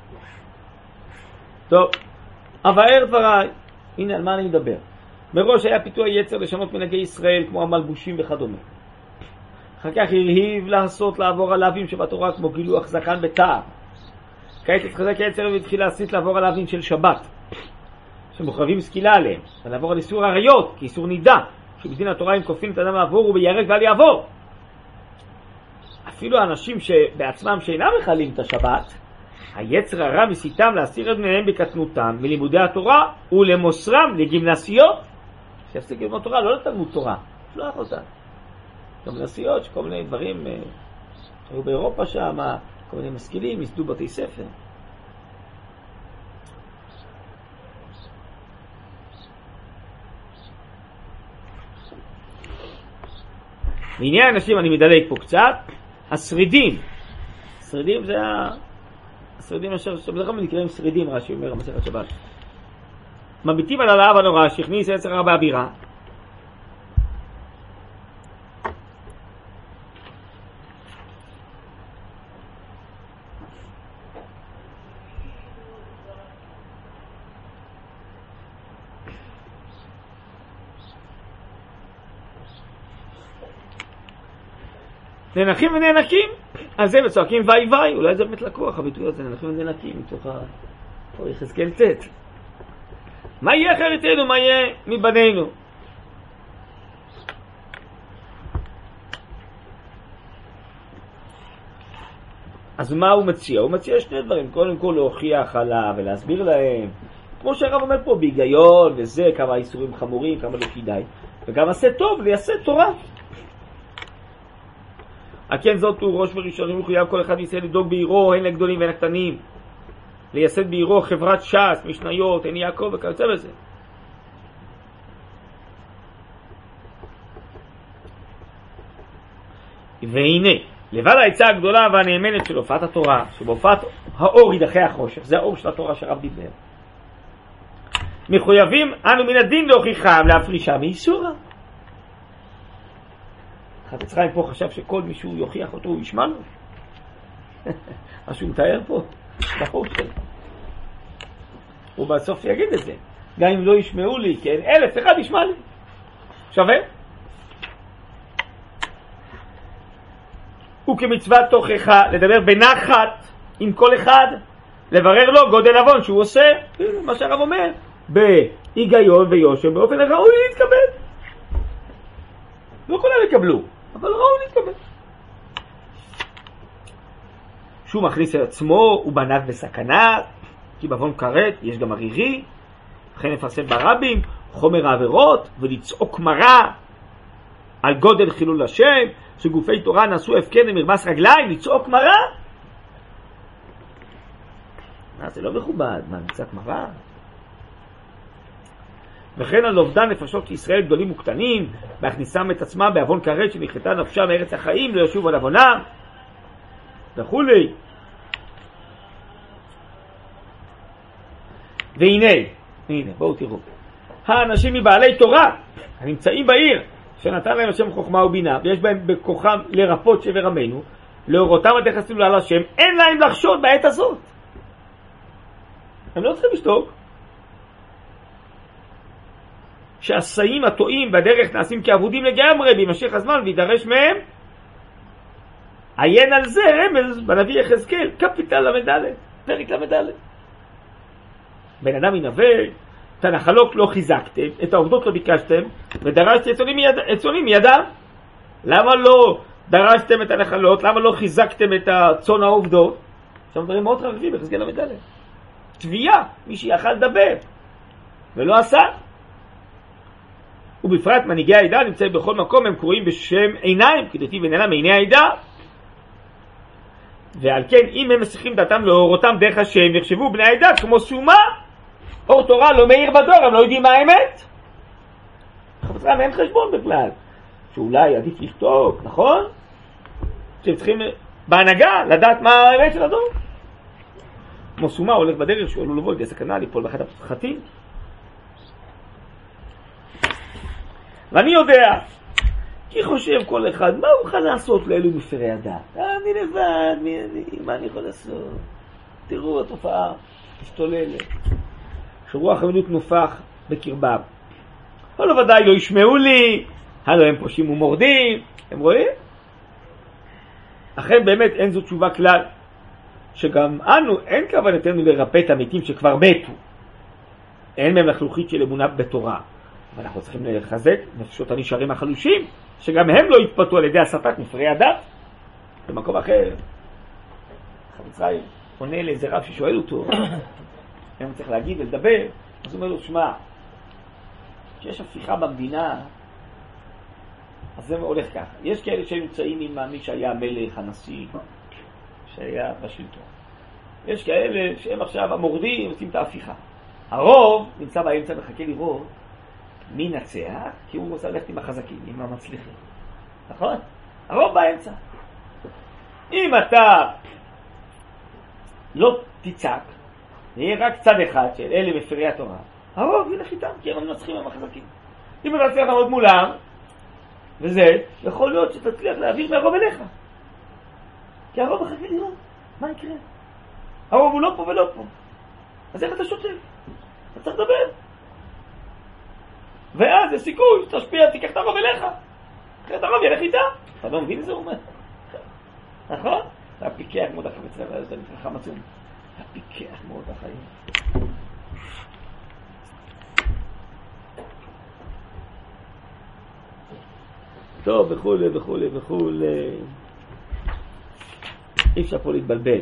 טוב, אבאר דבריי, הנה על מה אני מדבר. מראש היה פיתוי יצר לשנות מנהגי ישראל כמו המלבושים וכדומה. אחר כך הרהיב לעשות לעבור עליו שבתורה כמו גילוח זקן בתער. כעת התחזק היצר והתחיל להסית לעבור עליו של שבת, שמוחרבים סקילה עליהם, ולעבור על איסור עריות, כי איסור נידה, שבדין התורה אם כופין את האדם לעבור הוא בירק ואל יעבור. אפילו האנשים שבעצמם שאינם מחללים את השבת, היצר הרע מסיתם להסיר את בניהם בקטנותם מלימודי התורה ולמוסרם לגימנסיות, שיפסיק ללמוד תורה, לא לתלמוד תורה, שלוח אותם. גימנסיות, שכל מיני דברים שהיו באירופה שם, כל מיני משכילים, יסדו בתי ספר. בעניין האנשים אני מדלג פה קצת, השרידים, השרידים זה ה... השרידים אשר, שבדרך כלל נקראים שרידים, רש"י אומר, המסכת שבת. מביטים על הלהב הנורא שהכניס יצר הרע באווירה. נאנחים ונאנקים, אז זה וצועקים ואי ואי, אולי זה באמת לקוח, הביטוי הזה, נאנחים ונאנקים, מתוך ה... פה יחזקאל תת. מה יהיה אחריתנו, מה יהיה מבנינו? אז מה הוא מציע? הוא מציע שני דברים, קודם כל להוכיח עליו ולהסביר להם, כמו שהרב אומר פה, בהיגיון וזה, כמה איסורים חמורים, כמה לא כדאי, וגם עשה טוב, ויעשה תורה. הכן זאת הוא ראש וראשונים מחויב כל אחד מישראל לדאוג בעירו, הן לגדולים והן הקטנים, לייסד בעירו חברת ש"ס, משניות, הן יעקב וכיוצא בזה. והנה, לבד העצה הגדולה והנאמנת של הופעת התורה, שבהופעת האור ידחה החושך, זה האור של התורה שהרב דיבר, מחויבים אנו מן הדין להוכיחם להפרישה מאיסורה. חפץ חיים פה חשב שכל מישהו יוכיח אותו הוא ישמע לו. מה שהוא מתאר פה, בחור שלו. הוא בסוף יגיד את זה. גם אם לא ישמעו לי, כן, אלף אחד ישמע לי. שווה? הוא כמצוות תוכחה לדבר בנחת עם כל אחד, לברר לו גודל עוון שהוא עושה, מה שהרב אומר, בהיגיון ויושר, באופן ראוי להתקבל. לא כולם יקבלו, אבל ראוי להתקבל. שהוא מכניס את עצמו, הוא בנב בסכנה, כי בעוון כרת יש גם ערירי, וכן לפרסם ברבים, חומר העבירות, ולצעוק מרה על גודל חילול השם, שגופי תורה נעשו הפקר למרמס רגליים, לצעוק מרה. מה, זה לא מכובד, מה, נצעק מרה? וכן על אובדן נפשות ישראל גדולים וקטנים, בהכניסם את עצמם בעוון כרת שנכרתה נפשה מארץ החיים, לא ישוב על עוונם, וכולי. והנה, הנה, בואו תראו. האנשים מבעלי תורה, הנמצאים בעיר, שנתן להם השם חוכמה ובינה, ויש בהם בכוחם לרפות שבר עמנו, להורותם עד יחסים על השם, אין להם לחשוד בעת הזאת. הם לא צריכים לשתוק. שהסעים הטועים בדרך נעשים כעבודים לגמרי, בימשך הזמן וידרש מהם. עיין על זה רמז בנביא יחזקאל, קפיטל למדלת, פרק למדלת. בן אדם ינבא, את הנחלות לא חיזקתם, את העובדות לא ביקשתם, ודרשתם עצונים מידם. למה לא דרשתם את הנחלות? למה לא חיזקתם את הצאן העובדות? עכשיו דברים מאוד חריפים יחזקאל למדלת. תביעה, מי שיכל לדבר ולא עשה. ובפרט מנהיגי העדה נמצאים בכל מקום, הם קוראים בשם עיניים, כדתי ונעלם עיני העדה. ועל כן אם הם מסיכים דעתם לאורותם דרך השם, יחשבו בני העדה כמו שומה, אור תורה לא מאיר בדור, הם לא יודעים מה האמת. חפצרם אין חשבון בכלל, שאולי עדיף לכתוב, נכון? שהם צריכים בהנהגה לדעת מה האמת של הדור. כמו שומה הולך בדרך שהוא עלול לבוא לידי סכנה ליפול באחד הפחתים. ואני יודע, כי חושב כל אחד, מה הוא יכול לעשות לאלו מפרי הדת? אני לבד, מי אני, מה אני יכול לעשות? תראו התופעה משתוללת, שרוח אמינות נופח בקרבם. אבל ודאי לא ישמעו לי, הלו הם פושעים ומורדים, הם רואים? אכן באמת אין זו תשובה כלל, שגם אנו אין כוונתנו לרפא את המתים שכבר מתו. אין מהם לחלוכית של אמונה בתורה. אבל אנחנו צריכים לחזק נפשות הנשארים החלושים, שגם הם לא יתפתו על ידי הסתת מפרי הדת. במקום אחר, חמצרים עונה לאיזה רב ששואל אותו, הם צריך להגיד ולדבר, אז הוא אומר לו, שמע, כשיש הפיכה במדינה, אז זה הולך ככה. יש כאלה שנמצאים עם מי שהיה המלך, הנשיא, שהיה בשלטון. יש כאלה שהם עכשיו המורדים, עושים את ההפיכה. הרוב נמצא באמצע וחכה לראות מי נצח, כי הוא רוצה ללכת עם החזקים, עם המצליחים. נכון? הרוב באמצע. אם אתה לא תצעק, יהיה רק צד אחד של אלה מפרי התורה, הרוב ילך איתם, כי הם מנצחים עם החזקים. אם אתה תצליח לעמוד מולם, וזה, יכול להיות שתצליח להעביר מהרוב אליך. כי הרוב מחכה לראות, מה יקרה? הרוב הוא לא פה ולא פה. אז איך אתה שותק? אתה צריך לדבר. ואז יש סיכוי, תשפיע, תיקח את הרוב אליך. אחרי את הרוב ילך איתה. אתה לא מבין את זה, הוא אומר. נכון? אתה פיקח מאוד החפץ רב, זה נקרא חמצום. אתה פיקח מאוד החיים. טוב, וכולי וכולי וכולי. אי אפשר פה להתבלבל.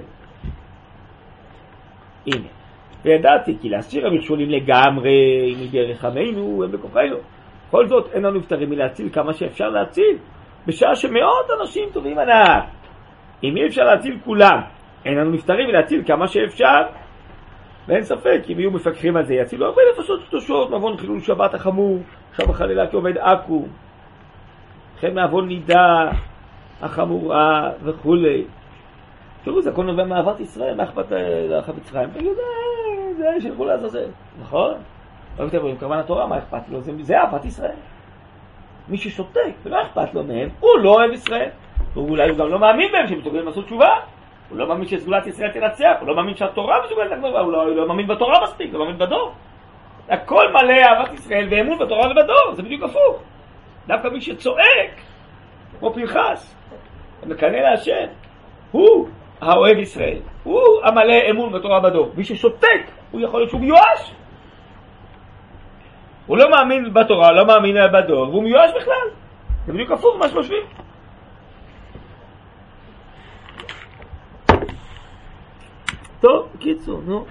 הנה. וידעתי כי להסיר המכשולים לגמרי מדרך עמנו הם בכוחנו. כל זאת אין לנו נפטרים מלהציל כמה שאפשר להציל, בשעה שמאות אנשים טובים ענק. אם אי אפשר להציל כולם, אין לנו נפטרים מלהציל כמה שאפשר. ואין ספק, אם יהיו מפקחים על זה, יצילו הרבה נפשות קדושות, מעוון חילול שבת החמור, עכשיו החלילה כעובד עכו, לכן מעוון נידה החמורה וכולי. תראו, זה הכל נובע מאהבת ישראל, מה אכפת לחפץ חיים? תגידו, זה שילכו לעזאזל, נכון? לא מתארים, עם כוון התורה, מה אכפת לו? זה אהבת ישראל. מי ששותק ולא אכפת לו מהם, הוא לא אוהב ישראל. ואולי הוא גם לא מאמין בהם שהם מסוגלים לעשות תשובה. הוא לא מאמין שסגולת ישראל תנצח, הוא לא מאמין שהתורה מסוגלת לגמור, הוא לא, לא מאמין בתורה מספיק, לא מאמין בדור. הכל מלא אהבת ישראל ואמון בתורה ובדור, זה בדיוק הפוך. דווקא מי שצועק, כמו פנחס, ומקנא להשם, הוא האוהב ישראל, הוא המלא אמון בתורה ובדור. מי ששותק, הוא יכול להיות שהוא מיואש. הוא לא מאמין בתורה, לא מאמין בדור, והוא מיואש בכלל. זה בדיוק הפוך מה שחושבים. טוב, קיצור, נו.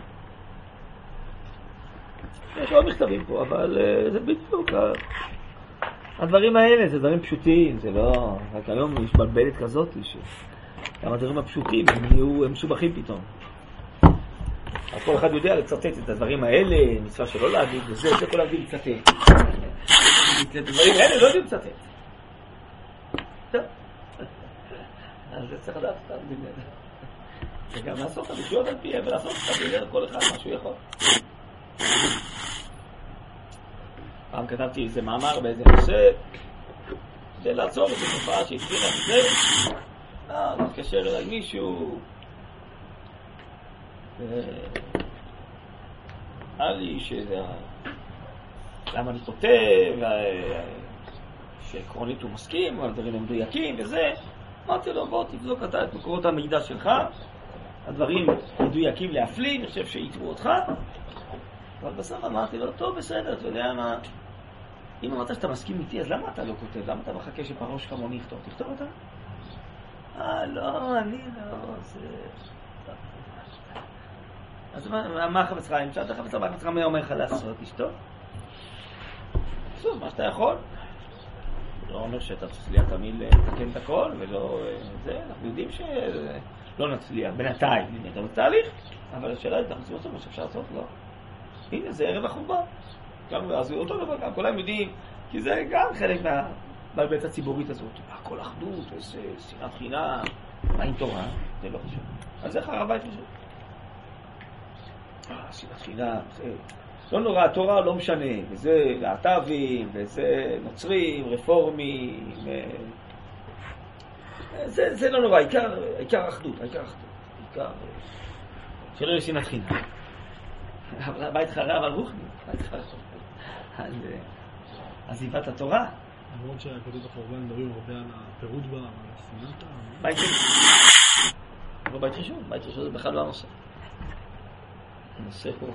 יש עוד מכתבים פה, אבל uh, זה בדיוק. הדברים האלה זה דברים פשוטים, זה לא... רק היום יש בלבלת כזאת, שכמה הדברים הפשוטים הם יהיו מסובכים פתאום. אז כל אחד יודע לצטט את הדברים האלה, מצווה שלא להגיד, וזה, זה כל להגיד לצטט. את הדברים האלה לא יודעים לצטט. טוב. אז זה צריך לדעת אותם בגלל. וגם לעשות את המחיות על פיהם, ולעשות את בגלל כל אחד מה שהוא יכול. פעם כתבתי איזה מאמר באיזה נושא, כדי לעצור את התופעה שהתחילה את זה. אה, מתקשר אליי מישהו, היה לי שזה... למה אני כותב, שעקרונית הוא מסכים, אבל דברים הם מדויקים וזה. אמרתי לו, בוא תבדוק אתה את מקורות המידע שלך, הדברים מדויקים להפליא, אני חושב שיתבו אותך. אבל בסוף אמרתי לו, טוב בסדר, אתה יודע מה, אם אמרת שאתה מסכים איתי, אז למה אתה לא כותב? למה אתה מחכה שפרוש כמוני יכתוב? תכתוב אותה? אה, לא, אני לא, זה... אז מה החפץ חיים? שאלת החפץ חיים, החפץ חיים אומר לך לעשות, תשתוב. בסוף, מה שאתה יכול. לא אומר שאתה תצליח תמיד לתקן את הכל, ולא זה, אנחנו יודעים שלא נצליח, בינתיים, נדע בתהליך, אבל השאלה היא, אנחנו צריכים לעשות מה שאפשר לעשות, לא. הנה, זה ערב החורבן. גם אז אותו דבר, גם כולם יודעים, כי זה גם חלק מהבלבלת הציבורית הזאת. הכל אחדות, איזה שנאת חינם, מה עם תורה? זה לא חשוב. אז איך הרב בית חשוב? אה, שנאת חינם, זה... לא נורא, התורה לא משנה, וזה להט"בים, וזה נוצרים, רפורמים, זה, זה לא נורא, העיקר, העיקר אחדות, העיקר אחדות, העיקר שלא יהיה שנאת חינם. הבית חרב על רוחני, בית חרב על עזיבת התורה. למרות שהכתוב בחורבן מדברים הרבה על הפירוד בה, על השנאת. בית ראשון. אבל בית ראשון, בית ראשון זה בכלל לא הנושא. הנושא הוא...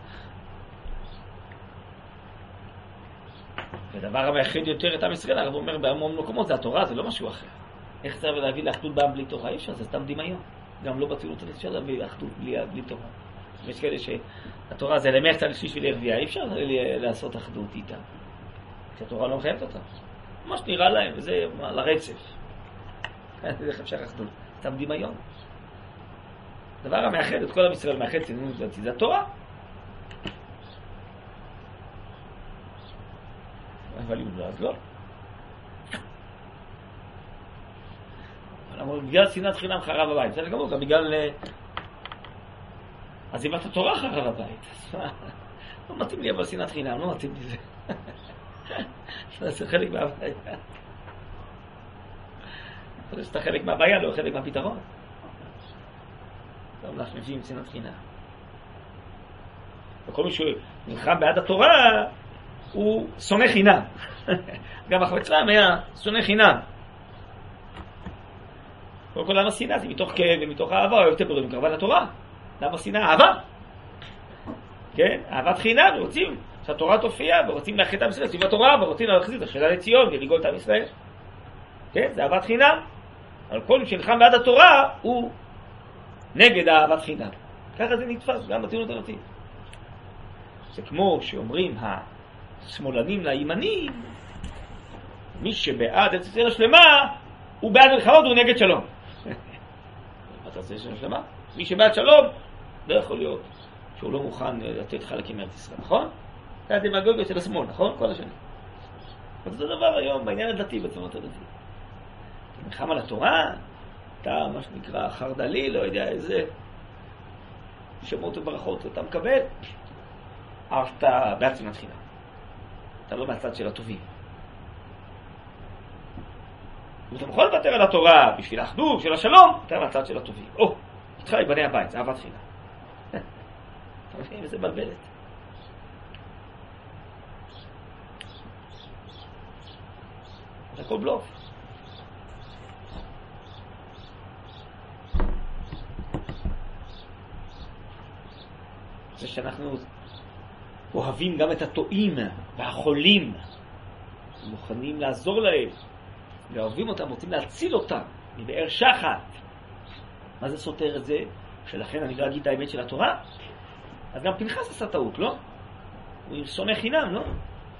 ודבר המאחד יותר את עם ישראל, הרב אומר בהמון מקומות, זה התורה, זה לא משהו אחר. איך צריך להביא לאחדות בעם בלי תורה? אי אפשר, זה סתם דמיון. גם לא בציונות הדתית אפשר להביא לאחדות בלי, בלי תורה. יש כאלה שהתורה זה למחצה לשליש ולרביעה, אי אפשר לעשות אחדות איתה. שהתורה לא מחייבת אותה. ממש נראה להם, וזה לרצף. איך אפשר אחדות? סתם דמיון. דבר המאחד את כל עם ישראל, מאחד ציונות הדתית, זה התורה. אבל אם לא, אז לא. אבל בגלל שנאת חינם חרב הבית, זה לגמרי, גם בגלל עזיבת התורה חרב הבית. לא מתאים לי אבל שנאת חינם, לא מתאים לי זה. זה חלק מהבעיה. זה שאתה חלק מהבעיה, לא חלק מהפתרון. לא אנחנו מביאים שנאת חינם. וכל מי שנלחם בעד התורה, הוא שונא חינם. גם החבצלם היה שונא חינם. כל כל למה שנאה זה מתוך כאב ומתוך אהבה, אוהב את הבורא מקרבה לתורה. למה שנאה? אהבה. כן? אהבת חינם, ורוצים שהתורה תופיע, ורוצים לאחד את עם ישראל, סביב התורה, ורוצים להחזיר את השאלה לציון ולגאול את עם ישראל. כן? זה אהבת חינם. אבל כל מי שנלחם בעד התורה הוא נגד אהבת חינם. ככה זה נתפס גם בציונות הדתית. זה כמו שאומרים השמאלנים לימנים, מי שבעד ארץ ישראל השלמה הוא בעד מלחמות והוא נגד שלום. אתה רוצה שלום שלמה? מי שבעד שלום לא יכול להיות שהוא לא מוכן לתת חלקים מארץ ישראל, נכון? זה הדמגוגיה של השמאל, נכון? כל השנים. אבל זה דבר היום בעניין הדתי, בציונות הדתית. אתה מלחם על התורה, אתה מה שנקרא חרדלי, לא יודע איזה שמות וברכות אתה מקבל, אבל אתה בעד שנאת חינם. אתה לא מהצד של הטובים. אם אתה יכול לוותר על התורה בשביל האחדות, בשביל השלום, אתה מהצד של הטובים. או, איתך יבנה הבית, זה אהבת חינם. אתה מבין, וזה בלבלת. זה הכל בלוף. זה שאנחנו אוהבים גם את הטועים והחולים, מוכנים לעזור להם, ואוהבים אותם, רוצים להציל אותם מבאר שחת. מה זה סותר את זה? שלכן אני לא אגיד את האמת של התורה? אז גם פנחס עשה טעות, לא? הוא שונא חינם, לא?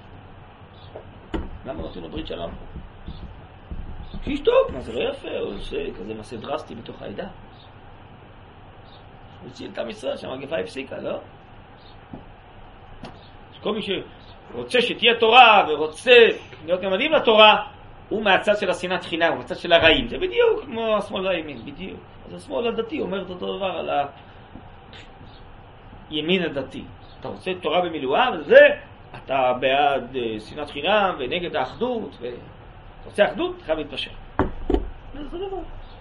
למה נותנים לו ברית שלום? שיש טוב, מה זה לא יפה? הוא עושה כזה מעשה דרסטי בתוך העדה. הוא הציל את עם ישראל, שהמגפה הפסיקה, לא? כל מי שרוצה שתהיה תורה ורוצה להיות נעמדים לתורה, הוא מהצד של השנאת חינם, הוא מהצד של הרעים. זה בדיוק כמו השמאל והימין, בדיוק. אז השמאל הדתי אומר את אותו דבר על הימין הדתי. אתה רוצה תורה במילואה, וזה, אתה בעד שנאת חינם ונגד האחדות, ואתה רוצה אחדות, אתה חייב להתפשר. זה דבר.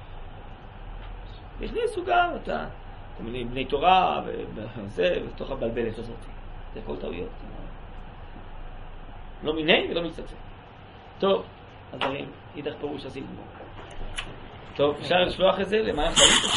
הכניסו גם את בני תורה וזה, בתוך הבלבלת הזאת. זה כל טעויות. לא מיני ולא מצטצה. טוב, הדברים, אידך פירוש עשינו. טוב, אפשר לשלוח את זה למען חיים.